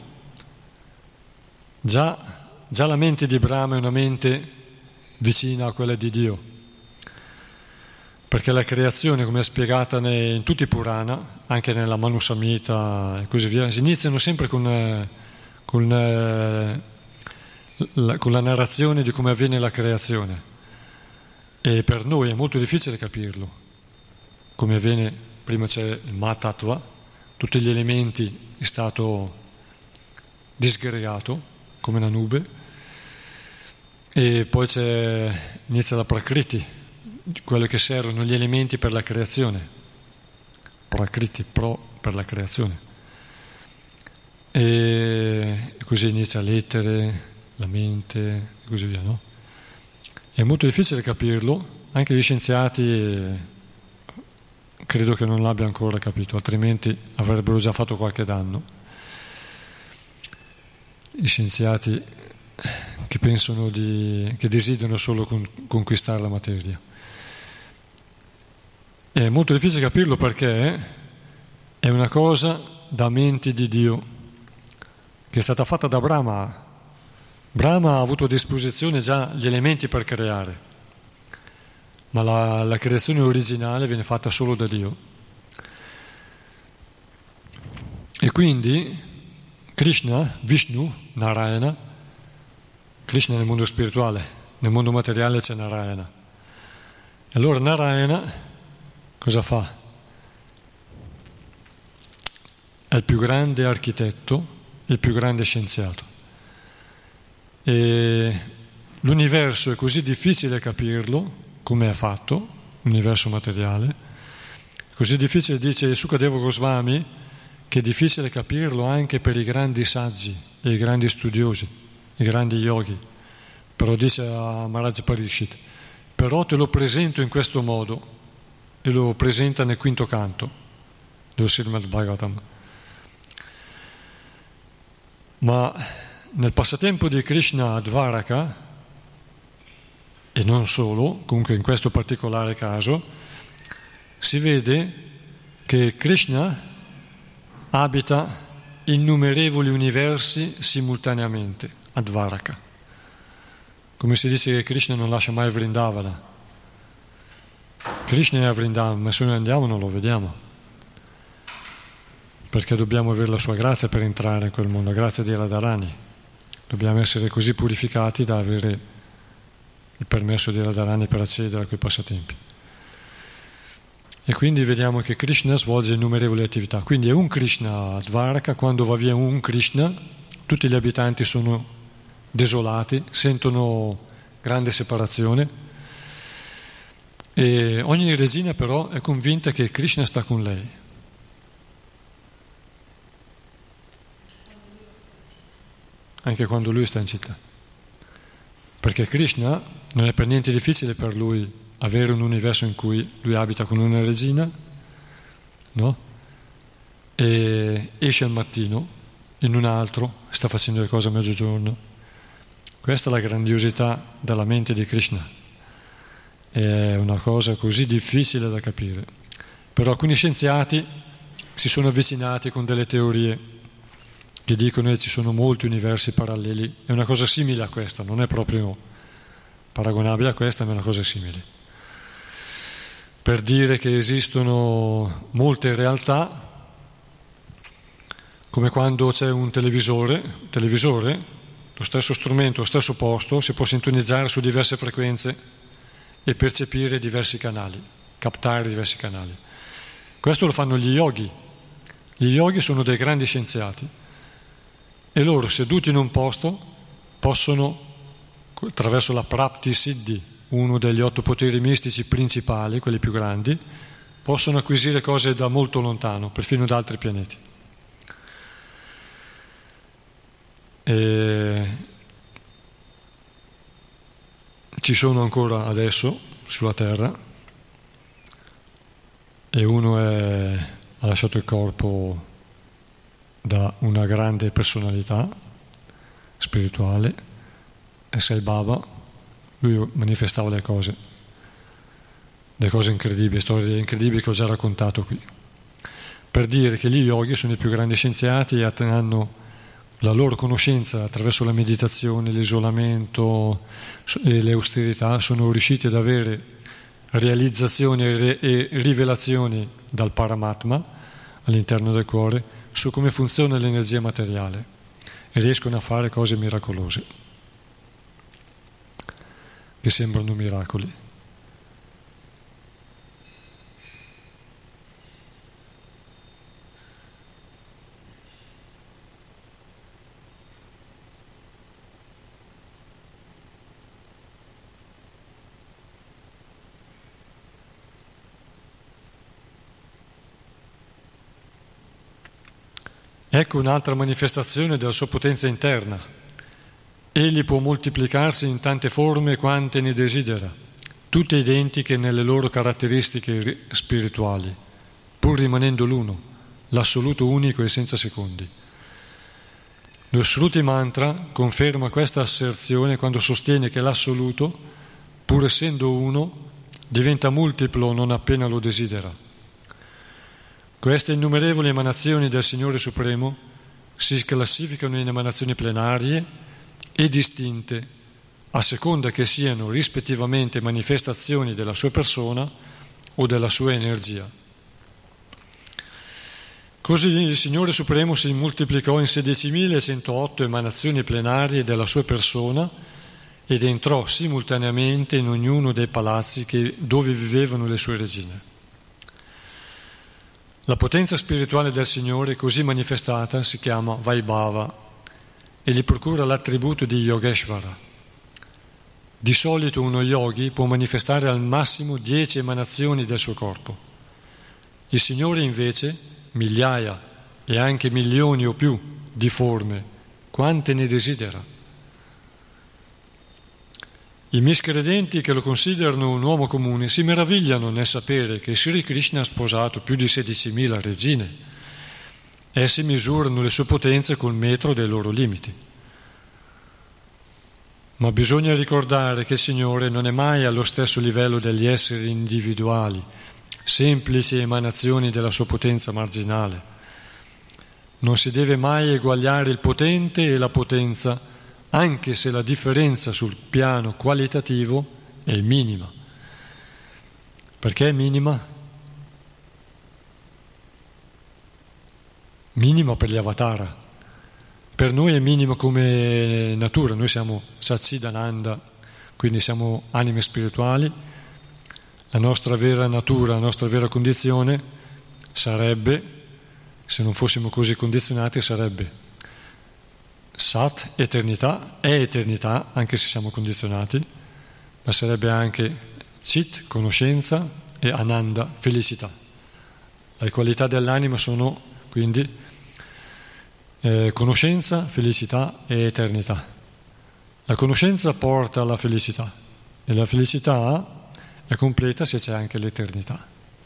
già, già la mente di Brahma è una mente vicina a quella di Dio. Perché la creazione, come è spiegata in tutti i Purana, anche nella Manu Samhita e così via, si iniziano sempre con, con, la, con la narrazione di come avviene la creazione. E per noi è molto difficile capirlo. Come avviene, prima c'è il Mahatattva, tutti gli elementi è stato disgregato, come una nube, e poi c'è, inizia la Prakriti, quello che servono gli elementi per la creazione, Prakriti, pro per la creazione, e così inizia l'etere, la mente e così via, no? È molto difficile capirlo, anche gli scienziati credo che non l'abbia ancora capito, altrimenti avrebbero già fatto qualche danno. Gli scienziati che pensano di, che desiderano solo con, conquistare la materia. È molto difficile capirlo perché è una cosa da mente di Dio, che è stata fatta da Brahma. Brahma ha avuto a disposizione già gli elementi per creare. ma la, la creazione originale viene fatta solo da Dio. E quindi Krishna, Vishnu, Narayana, Krishna nel mondo spirituale, nel mondo materiale c'è Narayana. E allora Narayana cosa fa? È il più grande architetto, il più grande scienziato. E l'universo è così difficile capirlo, come è fatto, l'universo materiale, così difficile, dice Sukadeva Goswami, che è difficile capirlo anche per i grandi saggi e i grandi studiosi, i grandi yogi. Però dice a Maharaj Parikshit, però te lo presento in questo modo, e lo presenta nel quinto canto dello Srimad Bhagavatam. Ma nel passatempo di Krishna a Dvaraka, e non solo, comunque in questo particolare caso, si vede che Krishna abita innumerevoli universi simultaneamente a Dvaraka. Come si dice che Krishna non lascia mai Vrindavana. Krishna è a Vrindavana, ma se noi andiamo non lo vediamo, perché dobbiamo avere la sua grazia per entrare in quel mondo, la grazia di Radharani. Dobbiamo essere così purificati da avere il permesso di Radharani per accedere a quei passatempi. E quindi vediamo che Krishna svolge innumerevoli attività. Quindi è un Krishna a Dvaraka, quando va via un Krishna, tutti gli abitanti sono desolati, sentono grande separazione, e ogni regina però è convinta che Krishna sta con lei. Anche quando lui sta in città. Perché Krishna non è per niente difficile per lui avere un universo in cui lui abita con una regina, no? E esce al mattino, in un altro sta facendo le cose a mezzogiorno. Questa è la grandiosità della mente di Krishna. È una cosa così difficile da capire. Però alcuni scienziati si sono avvicinati con delle teorie che dicono che ci sono molti universi paralleli. È una cosa simile a questa, non è proprio paragonabile a questa, ma è una cosa simile. Per dire che esistono molte realtà, come quando c'è un televisore, televisore, lo stesso strumento, lo stesso posto, si può sintonizzare su diverse frequenze e percepire diversi canali, captare diversi canali. Questo lo fanno gli yogi. Gli yogi sono dei grandi scienziati e loro, seduti in un posto, possono, attraverso la Prapti Siddhi, uno degli otto poteri mistici principali, quelli più grandi, possono acquisire cose da molto lontano, perfino da altri pianeti. E ci sono ancora adesso sulla Terra, e uno è, ha lasciato il corpo da una grande personalità spirituale, e Sai Baba, lui manifestava le cose, le cose incredibili, storie incredibili che ho già raccontato qui, per dire che gli yogi sono i più grandi scienziati e hanno la loro conoscenza attraverso la meditazione, l'isolamento e le austerità, sono riusciti ad avere realizzazioni e rivelazioni dal Paramatma all'interno del cuore su come funziona l'energia materiale e riescono a fare cose miracolose che sembrano miracoli. Ecco un'altra manifestazione della sua potenza interna. Egli può moltiplicarsi in tante forme quante ne desidera, tutte identiche nelle loro caratteristiche spirituali, pur rimanendo l'uno, l'assoluto unico e senza secondi. Lo Shruti Mantra conferma questa asserzione quando sostiene che l'assoluto, pur essendo uno, diventa multiplo non appena lo desidera. Queste innumerevoli emanazioni del Signore Supremo si classificano in emanazioni plenarie e distinte a seconda che siano rispettivamente manifestazioni della sua persona o della sua energia. Così il Signore Supremo si moltiplicò in sedicimilacentootto emanazioni plenarie della sua persona ed entrò simultaneamente in ognuno dei palazzi che, dove vivevano le sue regine. La potenza spirituale del Signore così manifestata si chiama Vaibhava e gli procura l'attributo di Yogeshvara. Di solito uno yogi può manifestare al massimo dieci emanazioni del suo corpo. Il Signore invece migliaia e anche milioni o più di forme, quante ne desidera. I miscredenti che lo considerano un uomo comune si meravigliano nel sapere che Sri Krishna ha sposato più di sedicimila regine. Essi misurano le sue potenze col metro dei loro limiti. Ma bisogna ricordare che il Signore non è mai allo stesso livello degli esseri individuali, semplici emanazioni della sua potenza marginale. Non si deve mai eguagliare il potente e la potenza, anche se la differenza sul piano qualitativo è minima. Perché è minima? Minima per gli avatara. Per noi è minima come natura, noi siamo Satchidananda, quindi siamo anime spirituali. La nostra vera natura, la nostra vera condizione sarebbe, se non fossimo così condizionati, sarebbe Sat, eternità, è eternità, anche se siamo condizionati, ma sarebbe anche Chit, conoscenza, e Ananda, felicità. Le qualità dell'anima sono quindi eh, conoscenza, felicità e eternità. La conoscenza porta alla felicità e la felicità è completa se c'è anche l'eternità.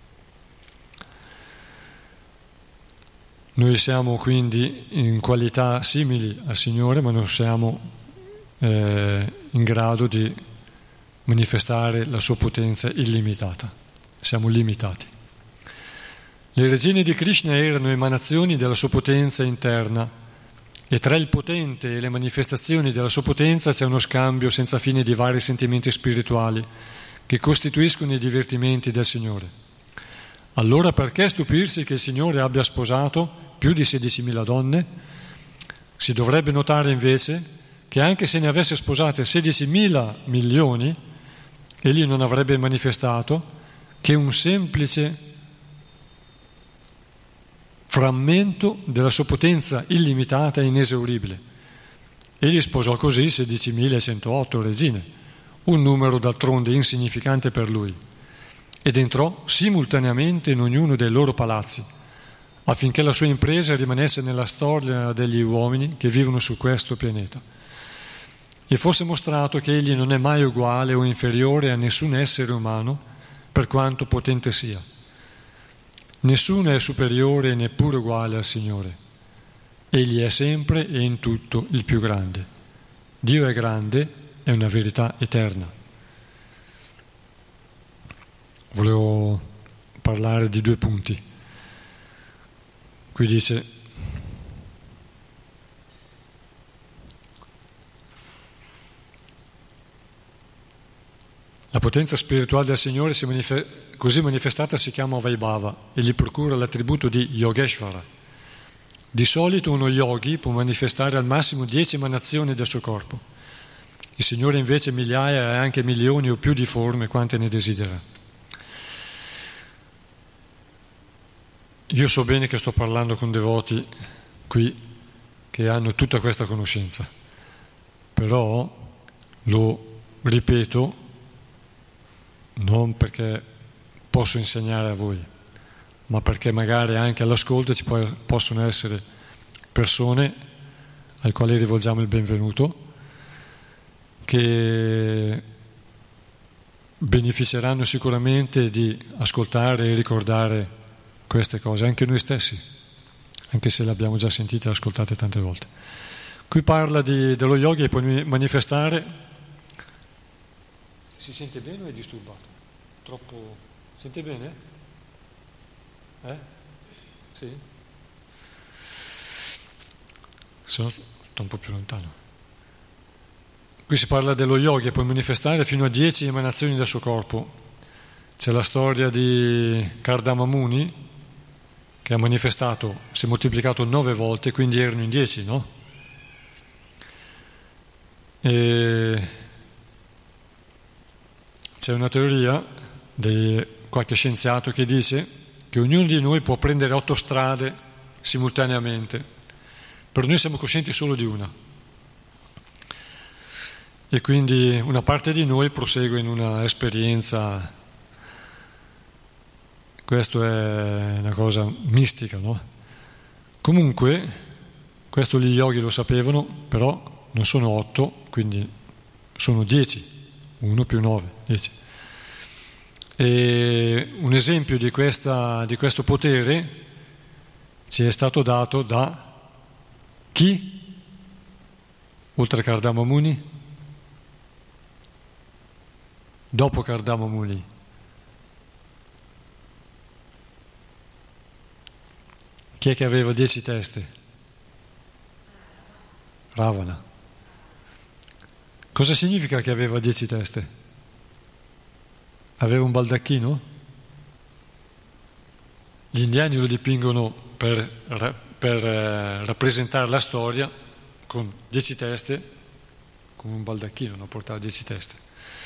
Noi siamo quindi in qualità simili al Signore, ma non siamo eh, in grado di manifestare la sua potenza illimitata. Siamo limitati. Le regine di Krishna erano emanazioni della sua potenza interna e tra il potente e le manifestazioni della sua potenza c'è uno scambio senza fine di vari sentimenti spirituali che costituiscono i divertimenti del Signore. Allora perché stupirsi che il Signore abbia sposato più di sedicimila donne? Si dovrebbe notare invece che anche se ne avesse sposate sedicimila milioni, egli non avrebbe manifestato che un semplice frammento della sua potenza illimitata e inesauribile. Egli sposò così sedicimilacentootto regine, un numero d'altronde insignificante per lui, ed entrò simultaneamente in ognuno dei loro palazzi, affinché la sua impresa rimanesse nella storia degli uomini che vivono su questo pianeta, e fosse mostrato che egli non è mai uguale o inferiore a nessun essere umano, per quanto potente sia. Nessuno è superiore e neppure uguale al Signore. Egli è sempre e in tutto il più grande. Dio è grande, è una verità eterna. Volevo parlare di due punti. Qui dice: la potenza spirituale del Signore si manif- così manifestata si chiama Vaibhava e gli procura l'attributo di Yogeshvara. Di solito uno yogi può manifestare al massimo dieci emanazioni del suo corpo. Il Signore invece migliaia e anche milioni o più di forme quante ne desidera. Io so bene che sto parlando con devoti qui che hanno tutta questa conoscenza, però lo ripeto non perché posso insegnare a voi, ma perché magari anche all'ascolto ci può, possono essere persone ai quali rivolgiamo il benvenuto che beneficeranno sicuramente di ascoltare e ricordare queste cose, anche noi stessi, anche se le abbiamo già sentite e ascoltate tante volte. Qui parla di, dello yogi che può manifestare. Si sente bene o è disturbato? Troppo. Sente bene? Eh? Sì? Sono sto un po' più lontano. qui si parla dello yogi, può manifestare fino a dieci emanazioni del suo corpo. C'è la storia di Kardama Muni, che ha manifestato, si è moltiplicato nove volte, quindi erano in dieci, no? E c'è una teoria di qualche scienziato che dice che ognuno di noi può prendere otto strade simultaneamente, però noi siamo coscienti solo di una. E quindi una parte di noi prosegue in una esperienza. Questo è una cosa mistica, no? Comunque, questo gli yogi lo sapevano, però non sono otto, quindi sono dieci, uno più nove, dieci. E un esempio di, questa, di questo potere ci è stato dato da chi? Oltre a Kardama Muni? Dopo Kardama Muni? Chi è che aveva dieci teste? Ravana. Cosa significa che aveva dieci teste? Aveva un baldacchino? Gli indiani lo dipingono per, per eh, rappresentare la storia con dieci teste, con un baldacchino, non portava dieci teste.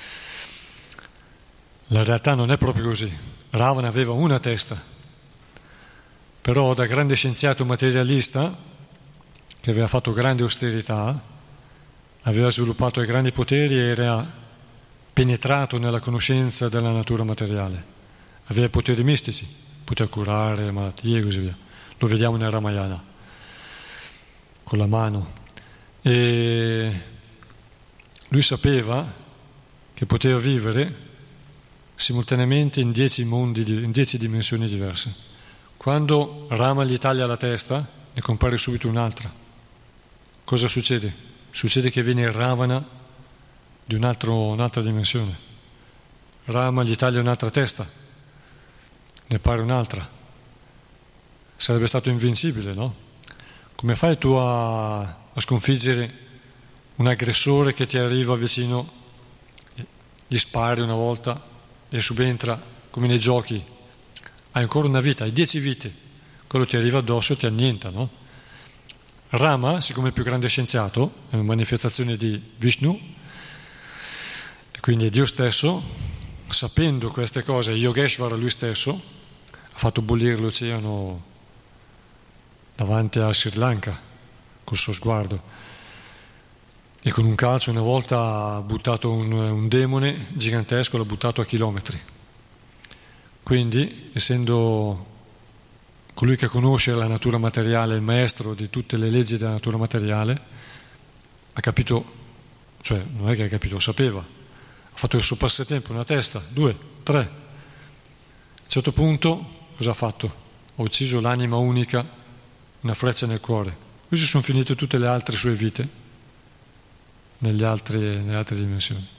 La realtà non è proprio così. Ravana aveva una testa. Però da grande scienziato materialista, che aveva fatto grande austerità, aveva sviluppato i grandi poteri e era penetrato nella conoscenza della natura materiale. Aveva poteri mistici, poteva curare malattie e così via. Lo vediamo nel Ramayana, con la mano. E lui sapeva che poteva vivere simultaneamente in dieci mondi, in dieci dimensioni diverse. Quando Rama gli taglia la testa, ne compare subito un'altra. Cosa succede? Succede che viene il Ravana di un altro, un'altra dimensione. Rama gli taglia un'altra testa, ne appare un'altra. Sarebbe stato invincibile, no? Come fai tu a, a sconfiggere un aggressore che ti arriva vicino, gli spari una volta e subentra, come nei giochi? Hai ancora una vita, hai dieci vite, quello ti arriva addosso e ti annienta, no? Rama, siccome è il più grande scienziato, è una manifestazione di Vishnu, e quindi è Dio stesso, sapendo queste cose, Yogeshvara lui stesso ha fatto bollire l'oceano davanti a Sri Lanka col suo sguardo, e con un calcio una volta ha buttato un, un demone gigantesco, l'ha buttato a chilometri. Quindi, essendo colui che conosce la natura materiale, il maestro di tutte le leggi della natura materiale, ha capito, cioè non è che ha capito, lo sapeva, ha fatto il suo passatempo, una testa, due, tre. A un certo punto cosa ha fatto? Ha ucciso l'anima unica, una freccia nel cuore. Così sono finite tutte le altre sue vite negli altri, nelle altre dimensioni.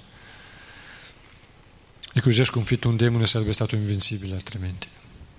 E così ha sconfitto un demone, sarebbe stato invincibile altrimenti.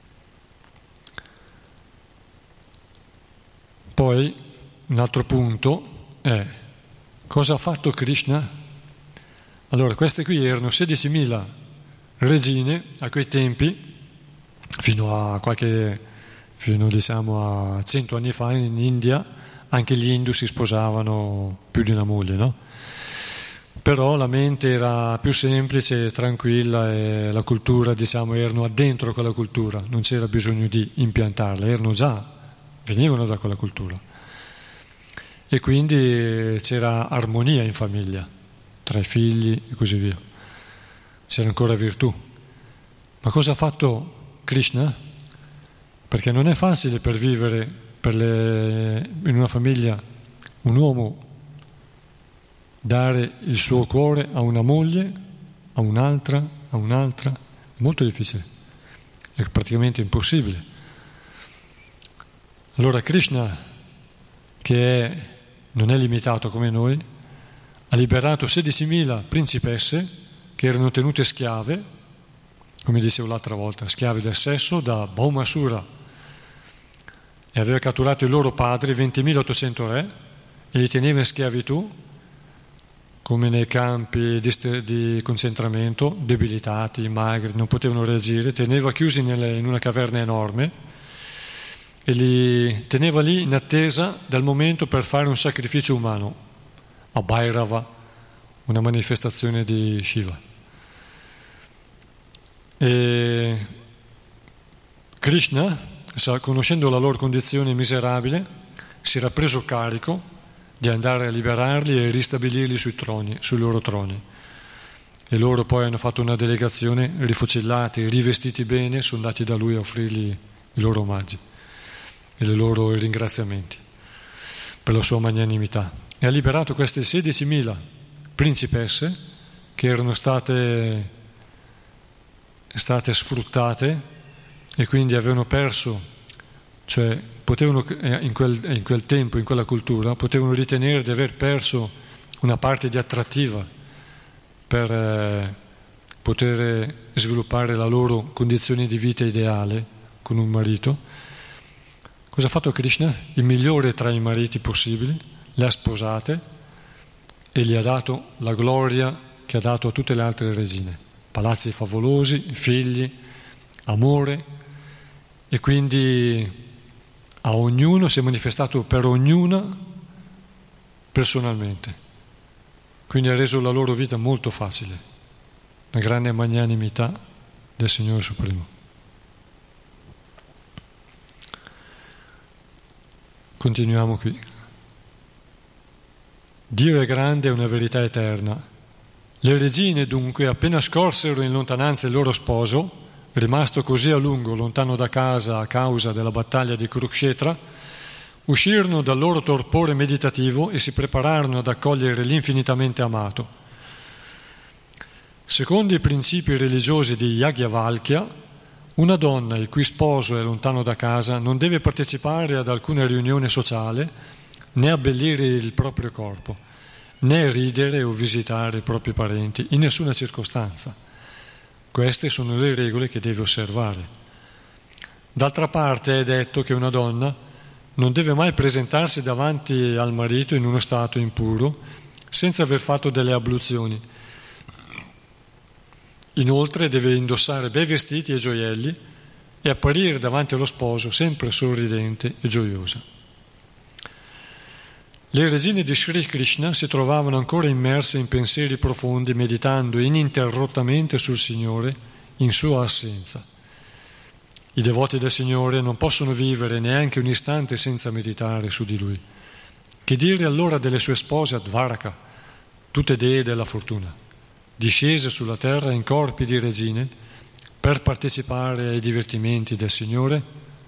Poi un altro punto è cosa ha fatto Krishna? Allora, queste qui erano sedicimila regine a quei tempi, fino a qualche, fino diciamo a cento anni fa in India, anche gli Hindu si sposavano più di una moglie, no? Però la mente era più semplice, tranquilla, e la cultura, diciamo, erano addentro quella cultura, non c'era bisogno di impiantarla, erano già, venivano da quella cultura. E quindi c'era armonia in famiglia, tra i figli e così via. C'era ancora virtù. Ma cosa ha fatto Krishna? Perché non è facile per vivere per le, in una famiglia un uomo dare il suo cuore a una moglie, a un'altra, a un'altra, è molto difficile, è praticamente impossibile. Allora Krishna, che è, non è limitato come noi, ha liberato sedicimila principesse che erano tenute schiave, come dicevo l'altra volta, schiave del sesso, da Bhaumasura, e aveva catturato i loro padri, ventimilaottocento re, e li teneva in schiavitù come nei campi di, di concentramento, debilitati, magri, non potevano reagire, teneva chiusi nelle, in una caverna enorme e li teneva lì in attesa del momento per fare un sacrificio umano a Bhairava, una manifestazione di Shiva. E Krishna, conoscendo la loro condizione miserabile, si era preso carico di andare a liberarli e ristabilirli sui troni, sui loro troni. E loro poi hanno fatto una delegazione, rifucillati, rivestiti bene, sono andati da lui a offrirgli i loro omaggi e i loro ringraziamenti per la sua magnanimità. E ha liberato queste sedicimila principesse che erano state, state sfruttate e quindi avevano perso, cioè potevano in quel, in quel tempo, in quella cultura, potevano ritenere di aver perso una parte di attrattiva per eh, poter sviluppare la loro condizione di vita ideale con un marito. Cosa ha fatto Krishna? Il migliore tra i mariti possibili, le ha sposate e gli ha dato la gloria che ha dato a tutte le altre regine, palazzi favolosi, figli, amore, e quindi a ognuno si è manifestato per ognuna personalmente, quindi ha reso la loro vita molto facile, la grande magnanimità del Signore Supremo. Continuiamo qui. Dio è grande, è una verità eterna. Le regine dunque, appena scorsero in lontananza il loro sposo, rimasto così a lungo lontano da casa a causa della battaglia di Kurukshetra, uscirono dal loro torpore meditativo e si prepararono ad accogliere l'infinitamente amato. Secondo i principi religiosi di Yajnavalkya, una donna il cui sposo è lontano da casa non deve partecipare ad alcuna riunione sociale, né abbellire il proprio corpo, né ridere o visitare i propri parenti in nessuna circostanza. Queste sono le regole che deve osservare. D'altra parte è detto che una donna non deve mai presentarsi davanti al marito in uno stato impuro senza aver fatto delle abluzioni. Inoltre deve indossare bei vestiti e gioielli e apparire davanti allo sposo sempre sorridente e gioiosa. Le regine di Sri Krishna si trovavano ancora immerse in pensieri profondi, meditando ininterrottamente sul Signore in sua assenza. I devoti del Signore non possono vivere neanche un istante senza meditare su di Lui. Che dire allora delle sue spose a Dvaraka, tutte dee della fortuna, discese sulla terra in corpi di regine per partecipare ai divertimenti del Signore?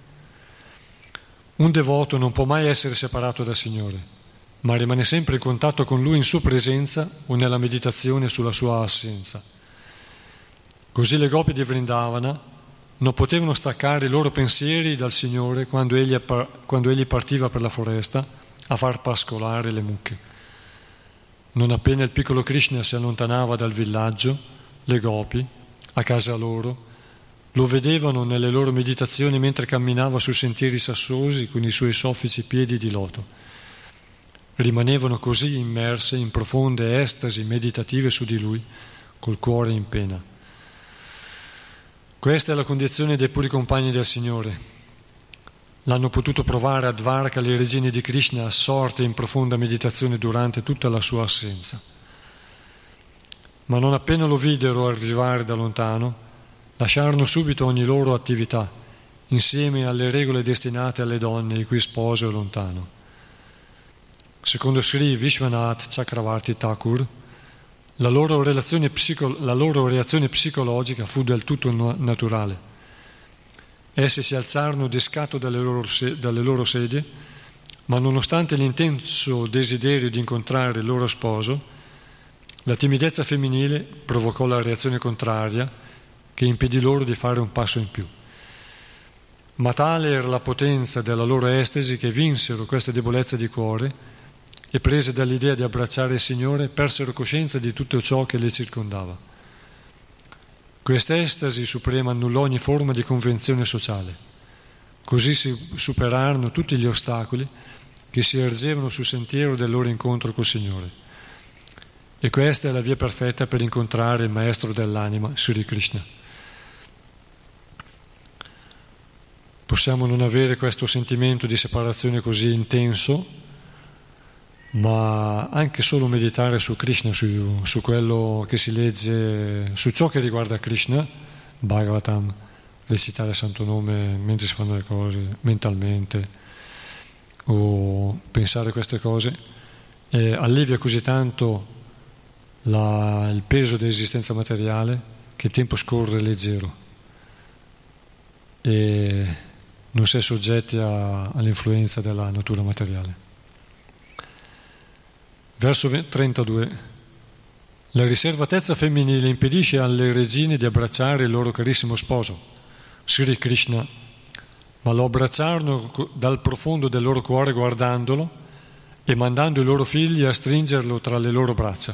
Un devoto non può mai essere separato dal Signore, ma rimane sempre in contatto con Lui in sua presenza o nella meditazione sulla sua assenza. Così le gopi di Vrindavana non potevano staccare i loro pensieri dal Signore quando egli, quando egli partiva per la foresta a far pascolare le mucche. Non appena il piccolo Krishna si allontanava dal villaggio, le gopi, a casa loro, lo vedevano nelle loro meditazioni mentre camminava sui sentieri sassosi con i suoi soffici piedi di loto. Rimanevano così immerse in profonde estasi meditative su di Lui, col cuore in pena. Questa è la condizione dei puri compagni del Signore. L'hanno potuto provare a Dvaraka le regine di Krishna assorte in profonda meditazione durante tutta la sua assenza. Ma non appena lo videro arrivare da lontano, lasciarono subito ogni loro attività, insieme alle regole destinate alle donne il cui sposo è lontano. Secondo Sri Vishwanath Chakravarti Thakur, la loro, relazione psico- la loro reazione psicologica fu del tutto no- naturale. Esse si alzarono di scatto dalle loro, se- dalle loro sedie, ma nonostante l'intenso desiderio di incontrare il loro sposo, la timidezza femminile provocò la reazione contraria che impedì loro di fare un passo in più. Ma tale era la potenza della loro estasi che vinsero queste debolezze di cuore e prese dall'idea di abbracciare il Signore, persero coscienza di tutto ciò che le circondava. Questa estasi suprema annullò ogni forma di convenzione sociale. Così si superarono tutti gli ostacoli che si ergevano sul sentiero del loro incontro col Signore. E questa è la via perfetta per incontrare il maestro dell'anima, Sri Krishna. Possiamo non avere questo sentimento di separazione così intenso, ma anche solo meditare su Krishna, su, su quello che si legge, su ciò che riguarda Krishna, Bhagavatam, recitare il santo nome mentre si fanno le cose mentalmente, o pensare a queste cose, eh, allevia così tanto la, il peso dell'esistenza materiale che il tempo scorre leggero e non si è soggetti a, all'influenza della natura materiale. Verso trentadue. La riservatezza femminile impedisce alle regine di abbracciare il loro carissimo sposo, Sri Krishna, ma lo abbracciarono dal profondo del loro cuore guardandolo e mandando i loro figli a stringerlo tra le loro braccia.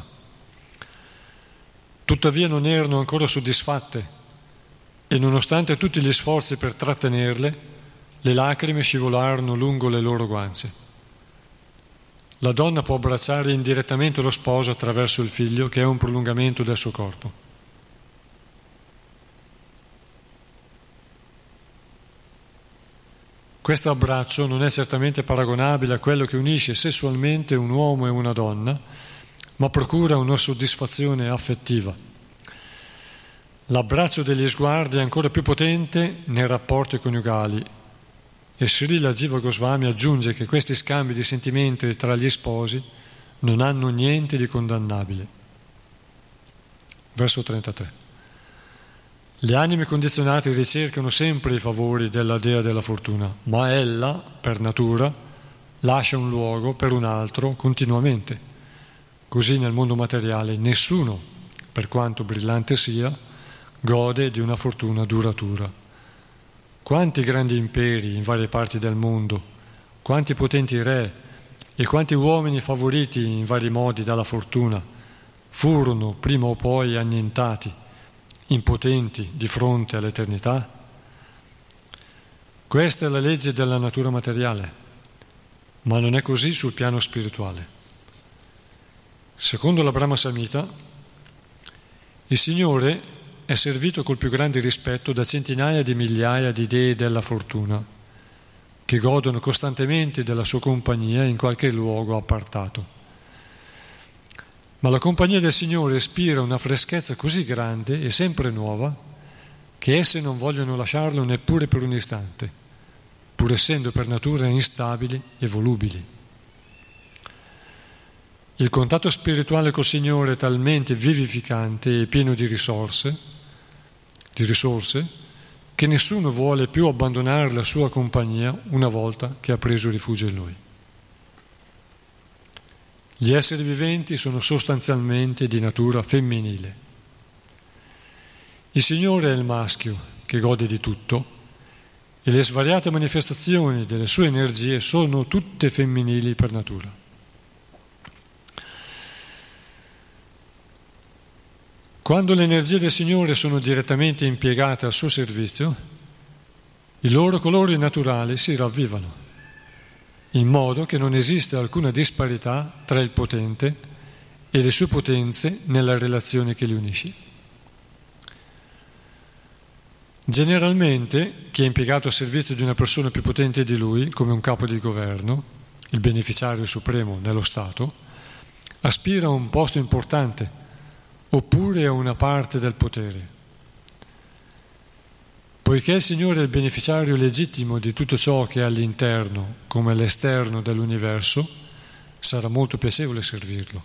Tuttavia non erano ancora soddisfatte e nonostante tutti gli sforzi per trattenerle, le lacrime scivolarono lungo le loro guance. La donna può abbracciare indirettamente lo sposo attraverso il figlio, che è un prolungamento del suo corpo. Questo abbraccio non è certamente paragonabile a quello che unisce sessualmente un uomo e una donna, ma procura una soddisfazione affettiva. L'abbraccio degli sguardi è ancora più potente nei rapporti coniugali e Srila Jiva Goswami aggiunge che questi scambi di sentimenti tra gli sposi non hanno niente di condannabile. Verso trentatré. Le anime condizionate ricercano sempre i favori della dea della fortuna, ma ella, per natura, lascia un luogo per un altro continuamente. Così nel mondo materiale nessuno, per quanto brillante sia, gode di una fortuna duratura. Quanti grandi imperi in varie parti del mondo, quanti potenti re e quanti uomini favoriti in vari modi dalla fortuna furono prima o poi annientati, impotenti di fronte all'eternità? Questa è la legge della natura materiale, ma non è così sul piano spirituale. Secondo la Brahma Samhita, il Signore è servito col più grande rispetto da centinaia di migliaia di dei della fortuna, che godono costantemente della sua compagnia in qualche luogo appartato. Ma la compagnia del Signore ispira una freschezza così grande e sempre nuova che esse non vogliono lasciarlo neppure per un istante, pur essendo per natura instabili e volubili. Il contatto spirituale col Signore è talmente vivificante e pieno di risorse, di risorse che nessuno vuole più abbandonare la sua compagnia una volta che ha preso rifugio in Lui. Gli esseri viventi sono sostanzialmente di natura femminile. Il Signore è il maschio che gode di tutto e le svariate manifestazioni delle sue energie sono tutte femminili per natura. Quando le energie del Signore sono direttamente impiegate al suo servizio, i loro colori naturali si ravvivano, in modo che non esiste alcuna disparità tra il potente e le sue potenze nella relazione che li unisce. Generalmente, chi è impiegato al servizio di una persona più potente di lui, come un capo di governo, il beneficiario supremo nello Stato, aspira a un posto importante, oppure a una parte del potere. Poiché il Signore è il beneficiario legittimo di tutto ciò che è all'interno come all'esterno dell'universo, sarà molto piacevole servirlo.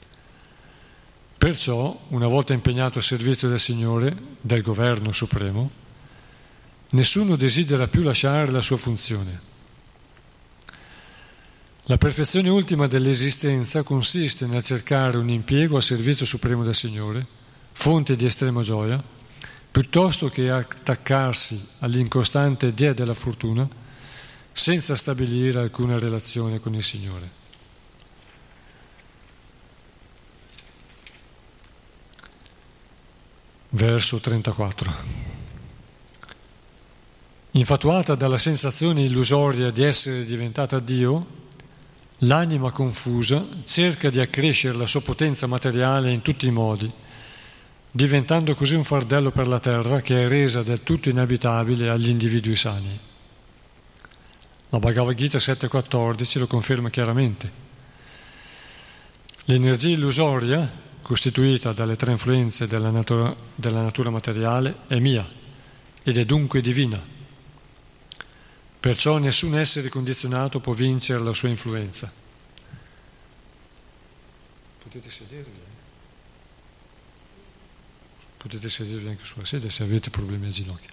Perciò, una volta impegnato al servizio del Signore, del governo supremo, nessuno desidera più lasciare la sua funzione. La perfezione ultima dell'esistenza consiste nel cercare un impiego al servizio supremo del Signore, fonte di estrema gioia, piuttosto che attaccarsi all'incostante dea della fortuna senza stabilire alcuna relazione con il Signore. Verso trentaquattro. Infatuata dalla sensazione illusoria di essere diventata Dio, l'anima confusa cerca di accrescere la sua potenza materiale in tutti i modi, diventando così un fardello per la terra che è resa del tutto inabitabile agli individui sani. La Bhagavad Gita sette quattordici lo conferma chiaramente. L'energia illusoria, costituita dalle tre influenze della natura, della natura materiale, è mia ed è dunque divina. Perciò nessun essere condizionato può vincere la sua influenza. Potete sedervi. Potete sedervi anche sulla sedia se avete problemi a ginocchia.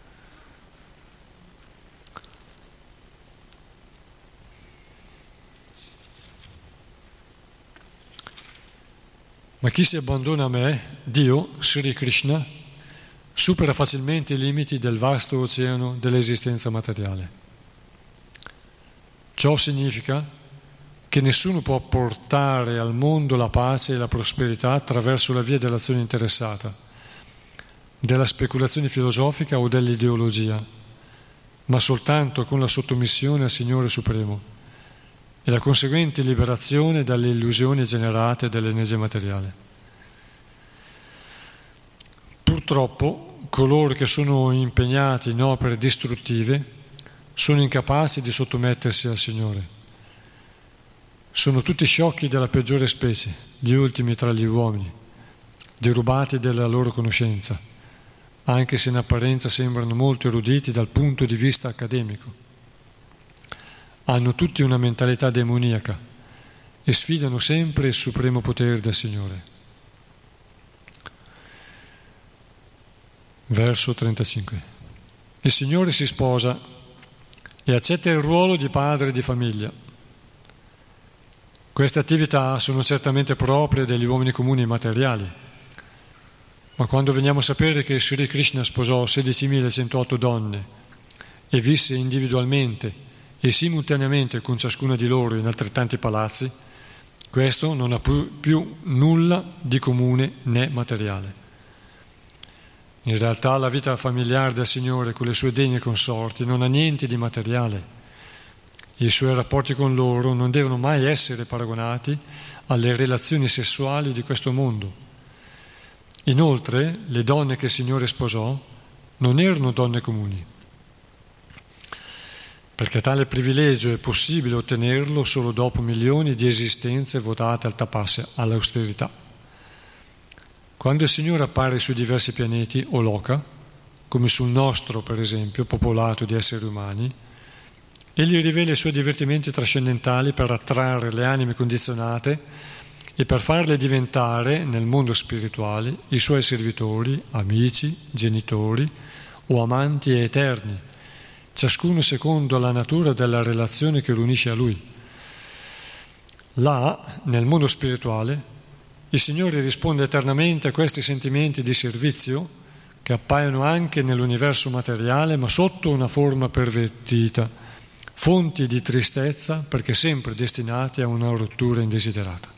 Ma chi si abbandona a me, Dio, Sri Krishna, supera facilmente i limiti del vasto oceano dell'esistenza materiale. Ciò significa che nessuno può portare al mondo la pace e la prosperità attraverso la via dell'azione interessata, della speculazione filosofica o dell'ideologia, ma soltanto con la sottomissione al Signore Supremo e la conseguente liberazione dalle illusioni generate dall'energia materiale. Purtroppo, coloro che sono impegnati in opere distruttive sono incapaci di sottomettersi al Signore. Sono tutti sciocchi della peggiore specie, gli ultimi tra gli uomini, derubati della loro conoscenza, anche se in apparenza sembrano molto eruditi dal punto di vista accademico. Hanno tutti una mentalità demoniaca e sfidano sempre il supremo potere del Signore. Verso trentacinque. Il Signore si sposa e accetta il ruolo di padre di famiglia. Queste attività sono certamente proprie degli uomini comuni materiali, ma quando veniamo a sapere che Sri Krishna sposò sedicimilacentotto donne e visse individualmente e simultaneamente con ciascuna di loro in altrettanti palazzi, questo non ha più, più nulla di comune né materiale. In realtà la vita familiare del Signore con le sue degne consorti non ha niente di materiale. I suoi rapporti con loro non devono mai essere paragonati alle relazioni sessuali di questo mondo. Inoltre, le donne che il Signore sposò non erano donne comuni, perché tale privilegio è possibile ottenerlo solo dopo milioni di esistenze votate al tapasya, all'austerità. Quando il Signore appare sui diversi pianeti o loka, come sul nostro per esempio, popolato di esseri umani, egli rivela i suoi divertimenti trascendentali per attrarre le anime condizionate e per farle diventare, nel mondo spirituale, i suoi servitori, amici, genitori o amanti eterni, ciascuno secondo la natura della relazione che lo unisce a Lui. Là, nel mondo spirituale, il Signore risponde eternamente a questi sentimenti di servizio che appaiono anche nell'universo materiale, ma sotto una forma pervertita, fonti di tristezza perché sempre destinati a una rottura indesiderata.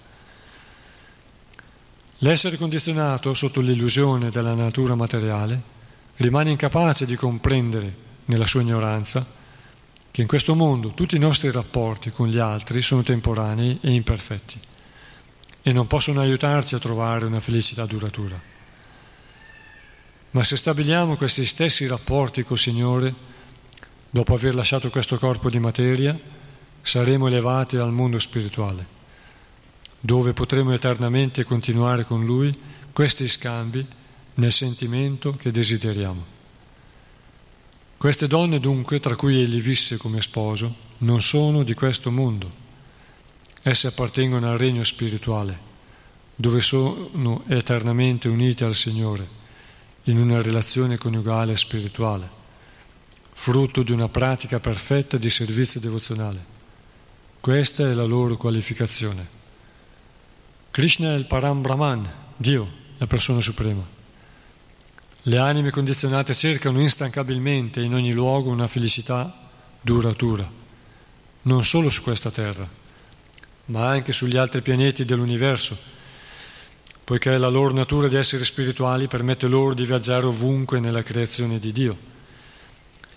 L'essere condizionato sotto l'illusione della natura materiale rimane incapace di comprendere, nella sua ignoranza, che in questo mondo tutti i nostri rapporti con gli altri sono temporanei e imperfetti e non possono aiutarci a trovare una felicità duratura. Ma se stabiliamo questi stessi rapporti col Signore, dopo aver lasciato questo corpo di materia, saremo elevati al mondo spirituale, dove potremo eternamente continuare con Lui questi scambi nel sentimento che desideriamo. Queste donne dunque, tra cui egli visse come sposo, non sono di questo mondo. Esse appartengono al regno spirituale, dove sono eternamente unite al Signore, in una relazione coniugale e spirituale, frutto di una pratica perfetta di servizio devozionale. Questa è la loro qualificazione. Krishna è il Param Brahman, Dio, la persona suprema. Le anime condizionate cercano instancabilmente in ogni luogo una felicità duratura, non solo su questa terra, ma anche sugli altri pianeti dell'universo, poiché la loro natura di esseri spirituali permette loro di viaggiare ovunque nella creazione di Dio.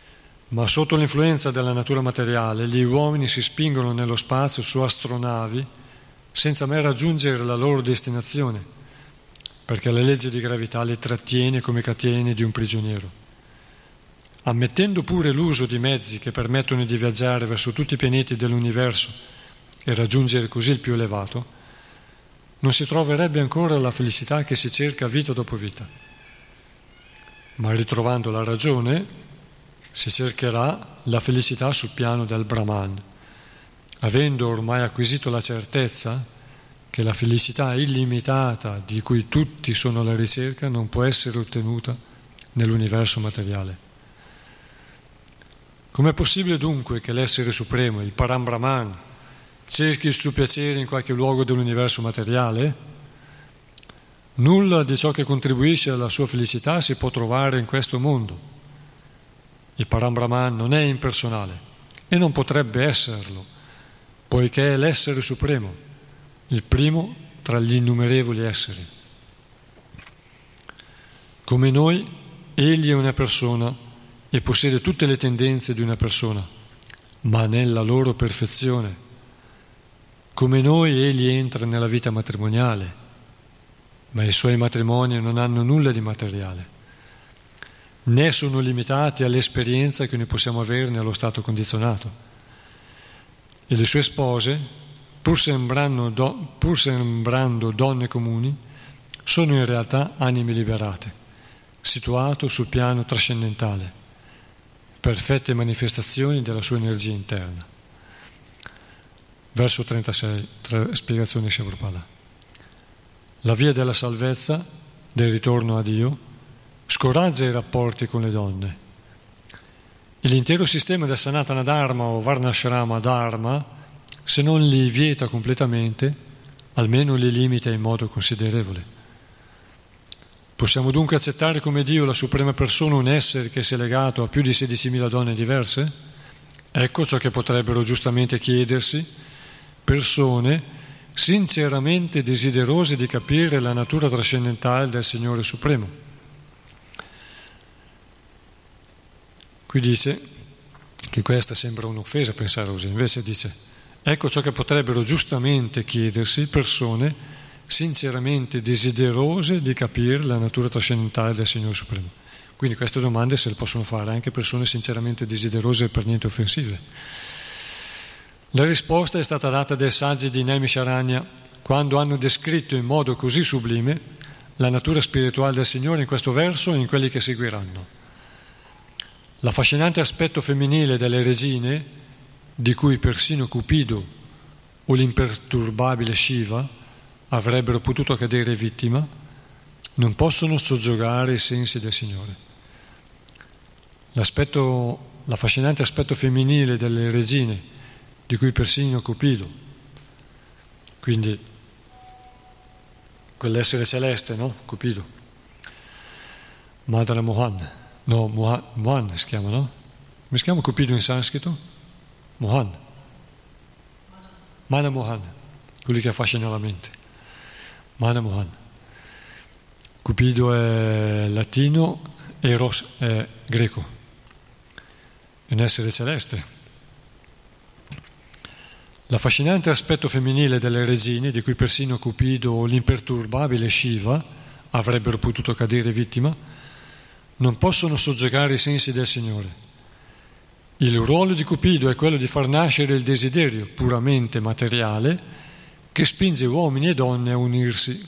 Ma sotto l'influenza della natura materiale, gli uomini si spingono nello spazio su astronavi senza mai raggiungere la loro destinazione, perché la legge di gravità li trattiene come catene di un prigioniero. Ammettendo pure l'uso di mezzi che permettono di viaggiare verso tutti i pianeti dell'universo e raggiungere così il più elevato, non si troverebbe ancora la felicità che si cerca vita dopo vita. Ma ritrovando la ragione, si cercherà la felicità sul piano del Brahman, avendo ormai acquisito la certezza che la felicità illimitata di cui tutti sono alla ricerca non può essere ottenuta nell'universo materiale. Com'è possibile dunque che l'essere supremo, il Param Brahman, cerchi il suo piacere in qualche luogo dell'universo materiale? Nulla di ciò che contribuisce alla sua felicità si può trovare in questo mondo. Il Param Brahman non è impersonale e non potrebbe esserlo, poiché è l'essere supremo, il primo tra gli innumerevoli esseri. Come noi, egli è una persona e possiede tutte le tendenze di una persona, ma nella loro perfezione. Come noi, egli entra nella vita matrimoniale, ma i suoi matrimoni non hanno nulla di materiale, né sono limitati all'esperienza che noi possiamo avere nello stato condizionato. E le sue spose, pur sembrando, do, pur sembrando donne comuni, sono in realtà anime liberate, situato sul piano trascendentale, perfette manifestazioni della sua energia interna. Verso trentasei, tra, spiegazione di Prabhupada. La via della salvezza, del ritorno a Dio, scoraggia i rapporti con le donne. E l'intero sistema del Sanatana Dharma o Varnashrama Dharma, se non li vieta completamente, almeno li limita in modo considerevole. Possiamo dunque accettare come Dio, la Suprema Persona, un essere che si è legato a più di sedicimila donne diverse? Ecco ciò che potrebbero giustamente chiedersi persone sinceramente desiderose di capire la natura trascendentale del Signore Supremo. Qui dice che questa sembra un'offesa pensare così, invece dice: ecco ciò che potrebbero giustamente chiedersi persone sinceramente desiderose di capire la natura trascendentale del Signore Supremo. Quindi queste domande se le possono fare anche persone sinceramente desiderose e per niente offensive. La risposta è stata data dai saggi di Naimisharanya quando hanno descritto in modo così sublime la natura spirituale del Signore in questo verso e in quelli che seguiranno. L'affascinante aspetto femminile delle regine, di cui persino Cupido o l'imperturbabile Shiva avrebbero potuto cadere vittima, non possono soggiogare i sensi del Signore. L'aspetto, l'affascinante aspetto femminile delle regine, di cui persino Cupido, quindi quell'essere celeste, no? Cupido, Madara Mohan, no, Mohan, Mohan si chiama, no? Come si chiama Cupido in sanscrito? Mohan, Mana Mohan, quelli che affascina la mente. Mana Mohan. Cupido è latino, Eros è greco, è un essere celeste. L'affascinante aspetto femminile delle regine, di cui persino Cupido o l'imperturbabile Shiva avrebbero potuto cadere vittima, non possono soggiogare i sensi del Signore. Il ruolo di Cupido è quello di far nascere il desiderio puramente materiale che spinge uomini e donne a unirsi.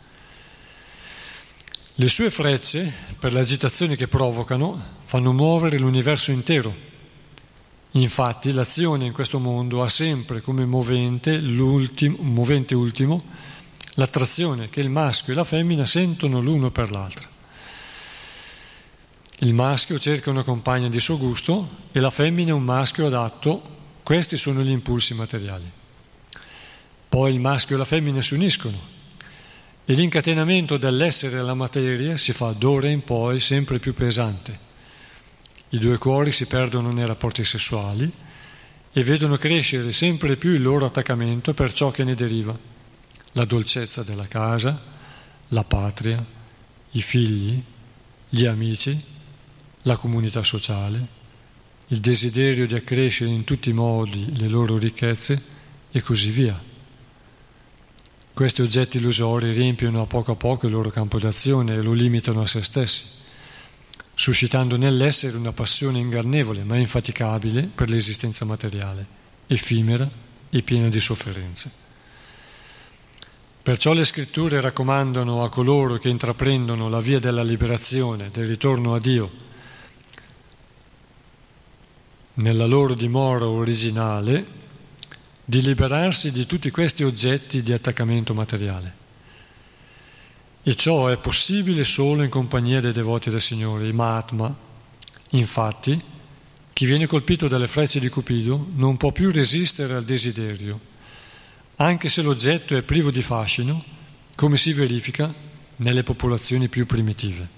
Le sue frecce, per le agitazioni che provocano, fanno muovere l'universo intero. Infatti l'azione in questo mondo ha sempre come movente, l'ultimo, movente ultimo l'attrazione che il maschio e la femmina sentono l'uno per l'altra. Il maschio cerca una compagna di suo gusto e la femmina un maschio adatto. Questi sono gli impulsi materiali. Poi il maschio e la femmina si uniscono e l'incatenamento dell'essere alla materia si fa d'ora in poi sempre più pesante. I due cuori si perdono nei rapporti sessuali e vedono crescere sempre più il loro attaccamento per ciò che ne deriva: la dolcezza della casa, la patria, i figli, gli amici, la comunità sociale, il desiderio di accrescere in tutti i modi le loro ricchezze e così via. Questi oggetti illusori riempiono a poco a poco il loro campo d'azione e lo limitano a se stessi, suscitando nell'essere una passione ingannevole ma infaticabile per l'esistenza materiale, effimera e piena di sofferenze. Perciò le scritture raccomandano a coloro che intraprendono la via della liberazione, del ritorno a Dio, nella loro dimora originale, di liberarsi di tutti questi oggetti di attaccamento materiale. E ciò è possibile solo in compagnia dei devoti del Signore, i Mahatma. Infatti, chi viene colpito dalle frecce di Cupido non può più resistere al desiderio, anche se l'oggetto è privo di fascino, come si verifica nelle popolazioni più primitive.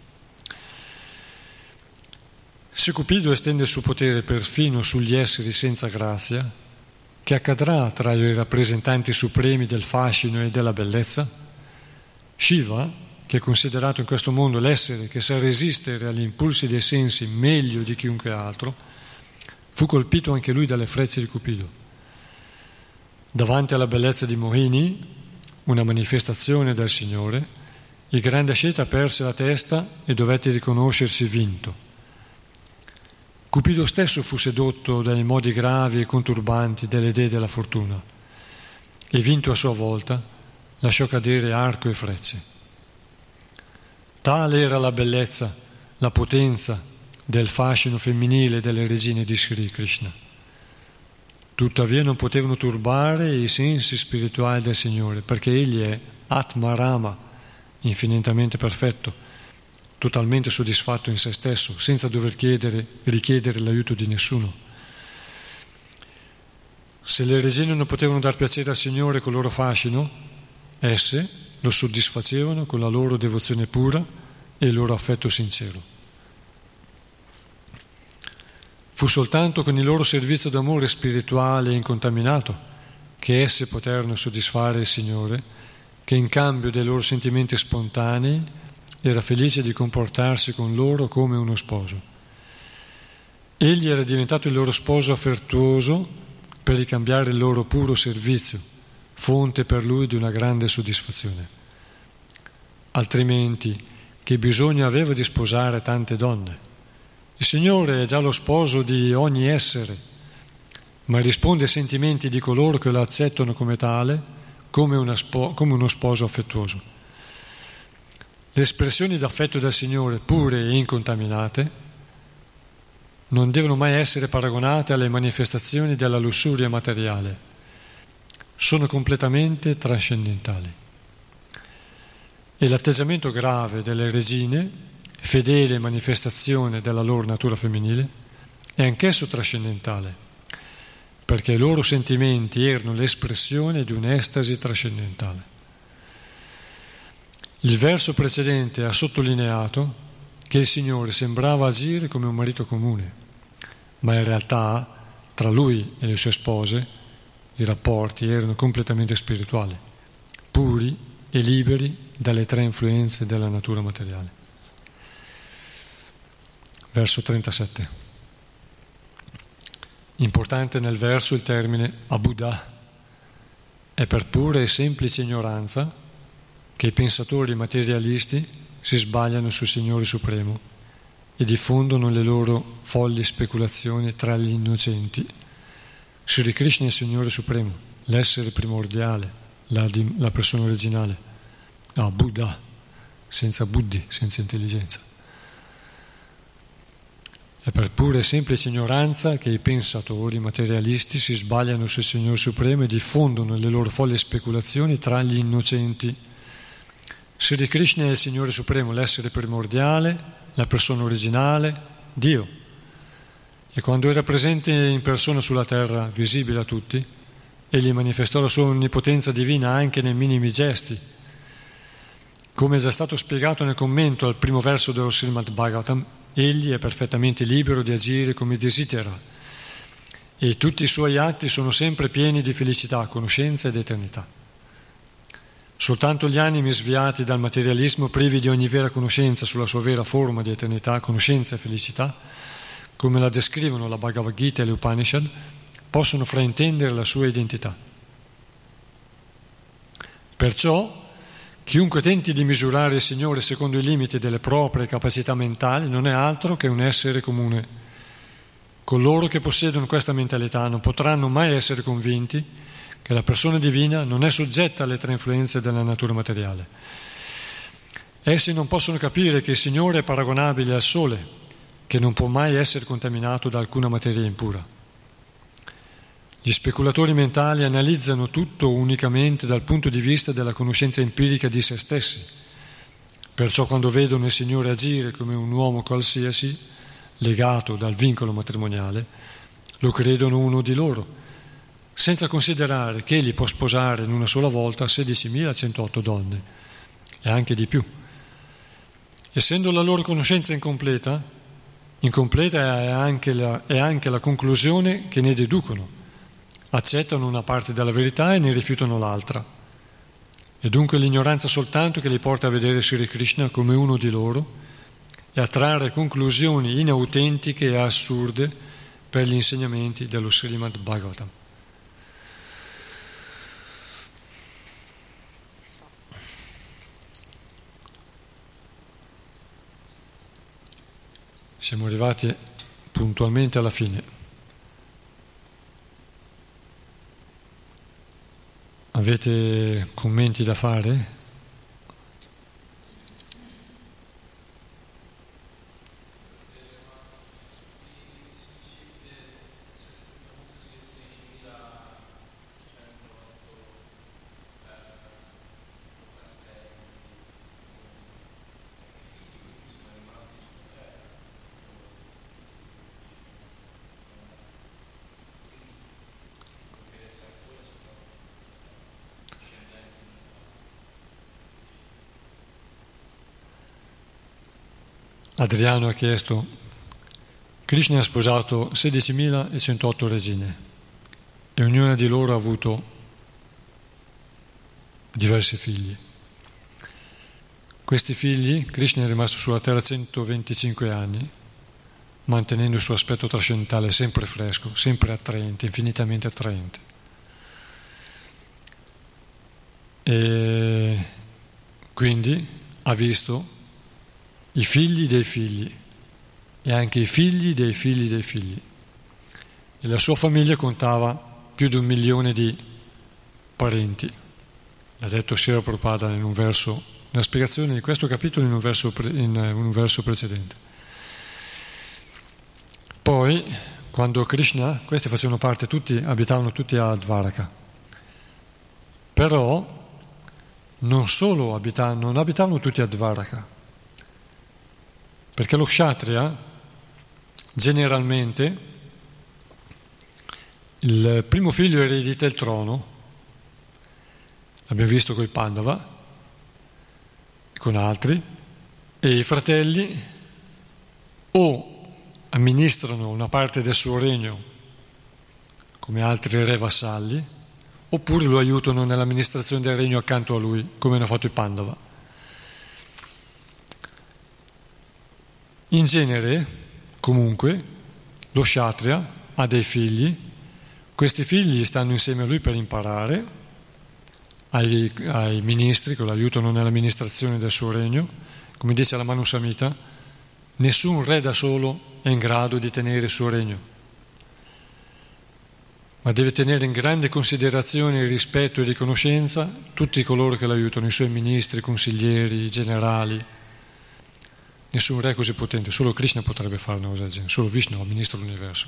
Se Cupido estende il suo potere perfino sugli esseri senza grazia, che accadrà tra i rappresentanti supremi del fascino e della bellezza? Shiva, che è considerato in questo mondo l'essere che sa resistere agli impulsi dei sensi meglio di chiunque altro, fu colpito anche lui dalle frecce di Cupido. Davanti alla bellezza di Mohini, una manifestazione del Signore, il grande asceta perse la testa e dovette riconoscersi vinto. Cupido stesso fu sedotto dai modi gravi e conturbanti delle dee della fortuna e, vinto a sua volta, lasciò cadere arco e frecce. Tale era la bellezza, la potenza del fascino femminile delle regine di Sri Krishna. Tuttavia non potevano turbare i sensi spirituali del Signore, perché Egli è Atmarama, infinitamente perfetto, totalmente soddisfatto in se stesso, senza dover chiedere, richiedere l'aiuto di nessuno. Se le regine non potevano dar piacere al Signore col loro fascino, esse lo soddisfacevano con la loro devozione pura e il loro affetto sincero. Fu soltanto con il loro servizio d'amore spirituale e incontaminato che esse poterono soddisfare il Signore, che in cambio dei loro sentimenti spontanei era felice di comportarsi con loro come uno sposo. Egli era diventato il loro sposo affettuoso per ricambiare il loro puro servizio, fonte per lui di una grande soddisfazione. Altrimenti, che bisogno aveva di sposare tante donne? Il Signore è già lo sposo di ogni essere, ma risponde ai sentimenti di coloro che lo accettano come tale, come, una spo- come uno sposo affettuoso. Le espressioni d'affetto del Signore, pure e incontaminate, non devono mai essere paragonate alle manifestazioni della lussuria materiale. Sono completamente trascendentali. E l'atteggiamento grave delle regine, fedele manifestazione della loro natura femminile, è anch'esso trascendentale, perché i loro sentimenti erano l'espressione di un'estasi trascendentale. Il verso precedente ha sottolineato che il Signore sembrava agire come un marito comune, ma in realtà tra lui e le sue spose i rapporti erano completamente spirituali, puri e liberi dalle tre influenze della natura materiale. Verso trentasette. Importante nel verso il termine abuddha. È per pura e semplice ignoranza che i pensatori materialisti si sbagliano sul Signore Supremo e diffondono le loro folli speculazioni tra gli innocenti. Sri Krishna è il Signore Supremo, l'essere primordiale, la, la persona originale. Ah, Buddha, senza buddhi, senza intelligenza. È per pura e semplice ignoranza che i pensatori materialisti si sbagliano sul Signore Supremo e diffondono le loro folli speculazioni tra gli innocenti. Sri Krishna è il Signore Supremo, l'essere primordiale, la persona originale, Dio. E quando era presente in persona sulla terra, visibile a tutti, egli manifestò la sua onnipotenza divina anche nei minimi gesti. Come è già stato spiegato nel commento al primo verso dello Srimad Bhagavatam, egli è perfettamente libero di agire come desidera e tutti i suoi atti sono sempre pieni di felicità, conoscenza ed eternità. Soltanto gli animi sviati dal materialismo, privi di ogni vera conoscenza sulla sua vera forma di eternità, conoscenza e felicità, come la descrivono la Bhagavad Gita e le Upanishad, possono fraintendere la sua identità. Perciò, chiunque tenti di misurare il Signore secondo i limiti delle proprie capacità mentali non è altro che un essere comune. Coloro che possiedono questa mentalità non potranno mai essere convinti che la persona divina non è soggetta alle tre influenze della natura materiale. Essi non possono capire che il Signore è paragonabile al Sole, che non può mai essere contaminato da alcuna materia impura. Gli speculatori mentali analizzano tutto unicamente dal punto di vista della conoscenza empirica di se stessi. Perciò quando vedono il Signore agire come un uomo qualsiasi, legato dal vincolo matrimoniale, lo credono uno di loro, senza considerare che egli può sposare in una sola volta sedicimilacentotto donne, e anche di più. Essendo la loro conoscenza incompleta, incompleta è anche la, è anche la conclusione che ne deducono. Accettano una parte della verità e ne rifiutano l'altra. E dunque l'ignoranza soltanto che li porta a vedere Sri Krishna come uno di loro e a trarre conclusioni inautentiche e assurde per gli insegnamenti dello Srimad Bhagavatam. Siamo arrivati puntualmente alla fine. Avete commenti da fare? Adriano ha chiesto: Krishna ha sposato sedicimilacentotto regine e ognuna di loro ha avuto diversi figli. Questi figli, Krishna è rimasto sulla terra centoventicinque anni, mantenendo il suo aspetto trascendentale sempre fresco, sempre attraente, infinitamente attraente. E quindi ha visto i figli dei figli e anche i figli dei figli dei figli. E la sua famiglia contava più di un milione di parenti. L'ha detto Srila Prabhupada in un verso, nella spiegazione di questo capitolo in un verso, pre, in un verso precedente. Poi, quando Krishna, questi facevano parte tutti, abitavano tutti a Dvaraka, però non solo abitavano, non abitavano tutti a Dvaraka, perché lo Kshatriya, generalmente, il primo figlio eredita il trono, abbiamo visto con i Pandava, con altri, e i fratelli o amministrano una parte del suo regno, come altri re vassalli, oppure lo aiutano nell'amministrazione del regno accanto a lui, come hanno fatto i Pandava. In genere, comunque, lo Kshatriya ha dei figli, questi figli stanno insieme a lui per imparare, ai, ai ministri che lo aiutano nell'amministrazione del suo regno. Come dice la Manu Samhita, nessun re da solo è in grado di tenere il suo regno, ma deve tenere in grande considerazione il rispetto e riconoscenza tutti coloro che lo aiutano, i suoi ministri, i consiglieri, i generali. Nessun re è così potente, solo Krishna potrebbe fare una cosa del genere, solo Vishnu amministra l'universo.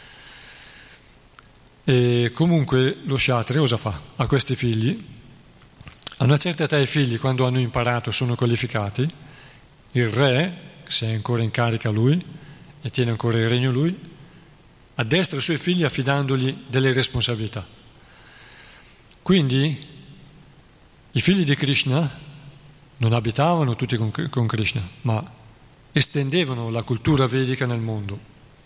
E comunque lo Kshatriya cosa fa? Ha questi figli, a una certa età i figli, quando hanno imparato, sono qualificati, il re, se è ancora in carica lui e tiene ancora il regno lui, addestra i suoi figli affidandogli delle responsabilità. Quindi i figli di Krishna non abitavano tutti con, con Krishna, ma estendevano la cultura vedica nel mondo.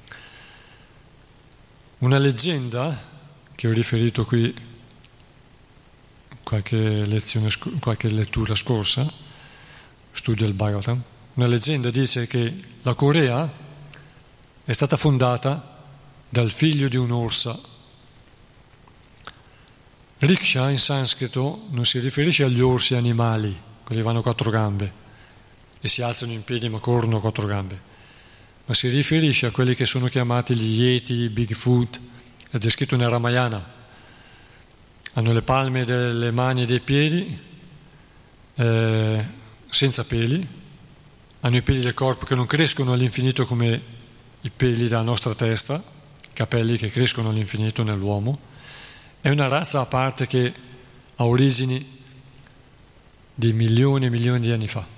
Una leggenda che ho riferito qui qualche lezione, qualche lettura scorsa, studio del Bhagavatam, una leggenda dice che la Corea è stata fondata dal figlio di un'orsa. Riksha in sanscrito non si riferisce agli orsi animali, quelli che vanno a quattro gambe e si alzano in piedi ma corrono a quattro gambe, ma si riferisce a quelli che sono chiamati gli Yeti, Bigfoot, è descritto nel Ramayana. Hanno le palme delle mani e dei piedi eh, senza peli, hanno i peli del corpo che non crescono all'infinito come i peli della nostra testa, capelli che crescono all'infinito nell'uomo. È una razza a parte che ha origini di milioni e milioni di anni fa.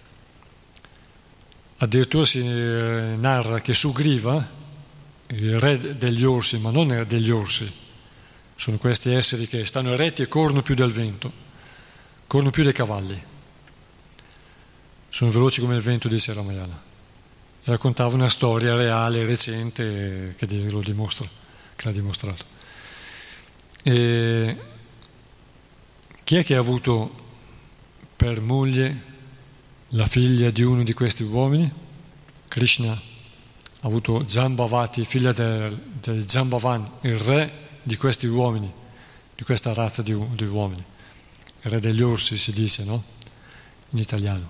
Addirittura si narra che Sugriva, il re degli orsi, ma non degli orsi, sono questi esseri che stanno eretti e corrono più del vento, corrono più dei cavalli, sono veloci come il vento, dice Ramayana. E raccontava una storia reale, recente, che lo dimostra, che l'ha dimostrato. E chi è che ha avuto per moglie la figlia di uno di questi uomini? Krishna ha avuto Jambavati, figlia del, del Jambavan, il re di questi uomini, di questa razza di, di uomini, il re degli orsi si dice, no? In italiano.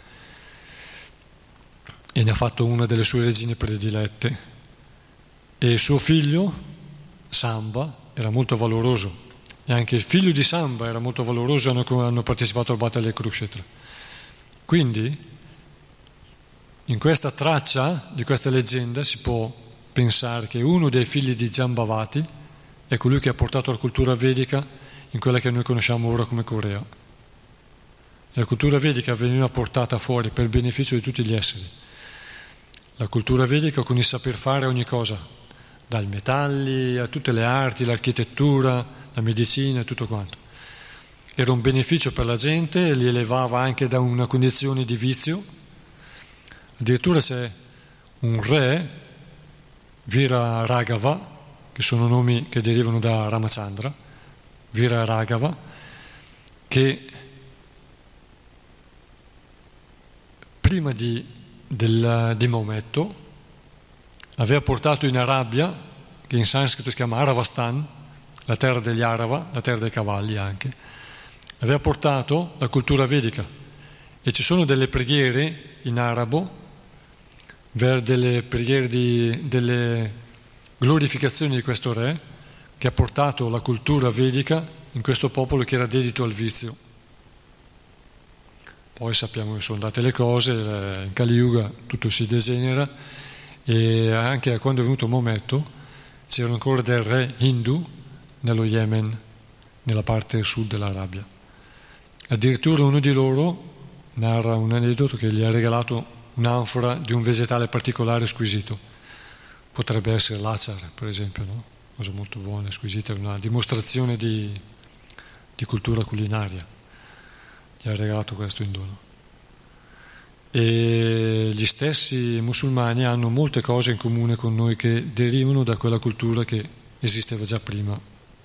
E ne ha fatto una delle sue regine predilette. E suo figlio, Samba, era molto valoroso, e anche il figlio di Samba era molto valoroso, hanno, hanno partecipato al battaglia di Kurukshetra. Quindi in questa traccia di questa leggenda si può pensare che uno dei figli di Jambavati è colui che ha portato la cultura vedica in quella che noi conosciamo ora come Corea. La cultura vedica veniva portata fuori per il beneficio di tutti gli esseri. La cultura vedica con il saper fare ogni cosa, dai metalli a tutte le arti, l'architettura, la medicina e tutto quanto. Era un beneficio per la gente, li elevava anche da una condizione di vizio. Addirittura c'è un re, Vira Raghava, che sono nomi che derivano da Ramachandra, Vira Raghava, che prima di, del, di Maometto aveva portato in Arabia, che in sanscrito si chiama Aravastan, la terra degli Arava, la terra dei cavalli anche, aveva portato la cultura vedica. E ci sono delle preghiere in arabo, delle preghiere di, delle glorificazioni di questo re, che ha portato la cultura vedica in questo popolo che era dedito al vizio. Poi sappiamo che sono andate le cose, in Kali Yuga tutto si degenera, e anche quando è venuto Maometto c'erano ancora dei re hindu nello Yemen, nella parte sud dell'Arabia. Addirittura uno di loro narra un aneddoto che gli ha regalato un'anfora di un vegetale particolare squisito. Potrebbe essere l'achar, per esempio, no? Cosa molto buona, squisita, una dimostrazione di, di cultura culinaria. Gli ha regalato questo in dono. E gli stessi musulmani hanno molte cose in comune con noi che derivano da quella cultura che esisteva già prima.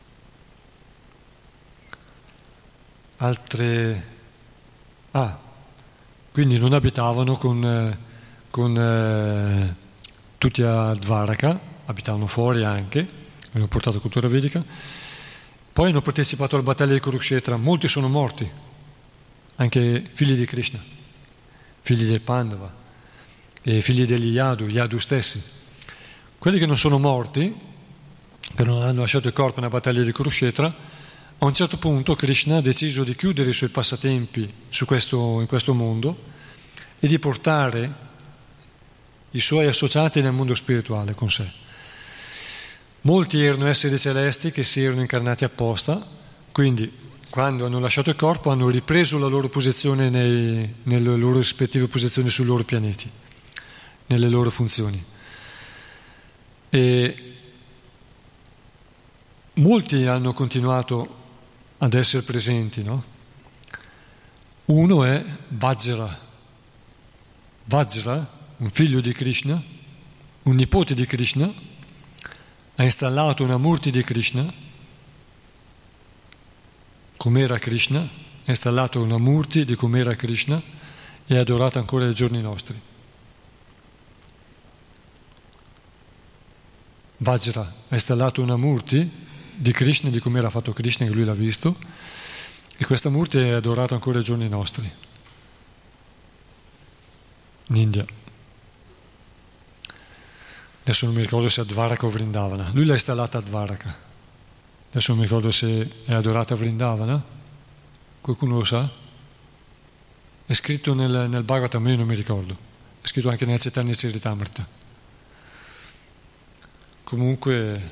Altre... Ah, quindi non abitavano con, con eh, tutti a Dvaraka, abitavano fuori anche, hanno portato cultura vedica. Poi hanno partecipato alla battaglia di Kurukshetra, molti sono morti, anche figli di Krishna, figli dei Pandava e figli degli Yadu, Yadu stessi. Quelli che non sono morti, che non hanno lasciato il corpo nella battaglia di Kurukshetra, a un certo punto Krishna ha deciso di chiudere i suoi passatempi su questo, in questo mondo e di portare i suoi associati nel mondo spirituale con sé. Molti erano esseri celesti che si erano incarnati apposta, quindi quando hanno lasciato il corpo hanno ripreso la loro posizione nei, nelle loro rispettive posizioni sui loro pianeti, nelle loro funzioni. E molti hanno continuato ad essere presenti, no? Uno è Vajra. Vajra, un figlio di Krishna, un nipote di Krishna, ha installato una murti di Krishna, com'era Krishna, ha installato una murti di com'era Krishna e è adorata ancora ai giorni nostri. Vajra, ha installato una murti di Krishna, di come era fatto Krishna, che lui l'ha visto, e questa murti è adorata ancora ai giorni nostri, in India. Adesso non mi ricordo se a Dvaraka o Vrindavana. Lui l'ha installata a Dvaraka. Adesso non mi ricordo se è adorata a Vrindavana. Qualcuno lo sa? È scritto nel, nel Bhagavatam, io non mi ricordo. È scritto anche nel Chaitanya Charitamrita. Comunque...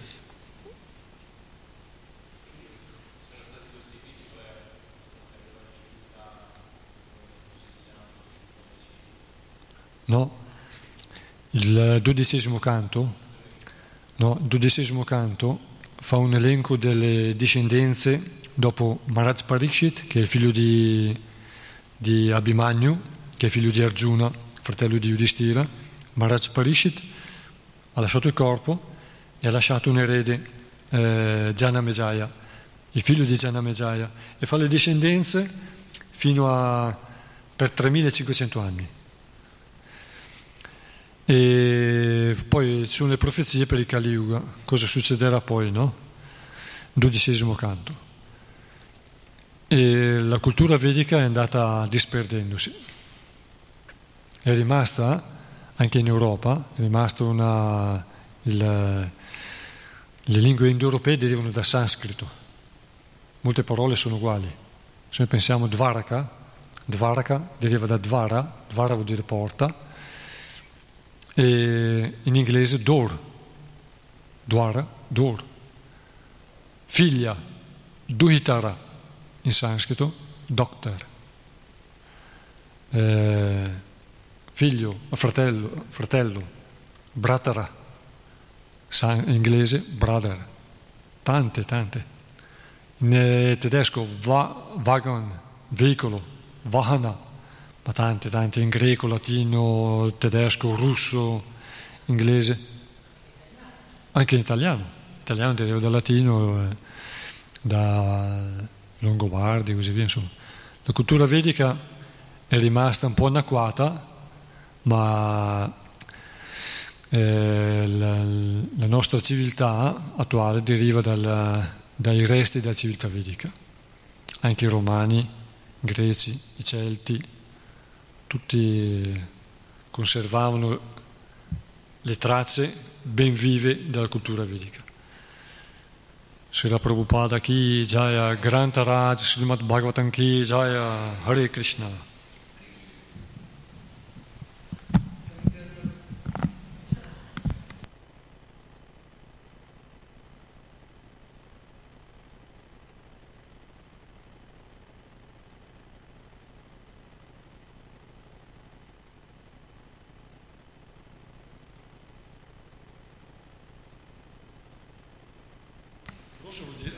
No? Il dodicesimo canto, no, il dodicesimo canto fa un elenco delle discendenze dopo Maharaj Parikshit, che è il figlio di, di Abhimanyu, che è figlio di Arjuna, fratello di Yudhishthira. Maharaj Parikshit ha lasciato il corpo e ha lasciato un erede, eh, Janamejaya, il figlio di Janamejaya, e fa le discendenze fino a per tremilacinquecento anni. E poi ci sono le profezie per il Kali Yuga, cosa succederà poi, no? Dodicesimo canto. E la cultura vedica è andata disperdendosi. È rimasta, anche in Europa, è rimasta una... Il, le lingue indoeuropee derivano dal sanscrito. Molte parole sono uguali. Se noi pensiamo a Dvaraka, Dvaraka deriva da Dvara, Dvara vuol dire porta, e in inglese door, Dwara, door. Figlia, Duhitara, in sanscrito, doctor. Eh, figlio, fratello, fratello, Bratara, in inglese brother. Tante, tante. In eh, tedesco va, wagon, veicolo, vahana. Ma tante, tante, in greco, latino, tedesco, russo, inglese, anche in italiano. Italiano deriva dal latino, eh, da Longobardi e così via. Insomma, la cultura vedica è rimasta un po' anacquata, ma eh, la, la nostra civiltà attuale deriva dal, dai resti della civiltà vedica. Anche i romani, i greci, i celti, tutti conservavano le tracce ben vive della cultura vedica. Srila Prabhupada ki Jaya, Grantha Raj, Srimad Bhagavatam ki Jaya, Hare Krishna. Cosa vuol dire?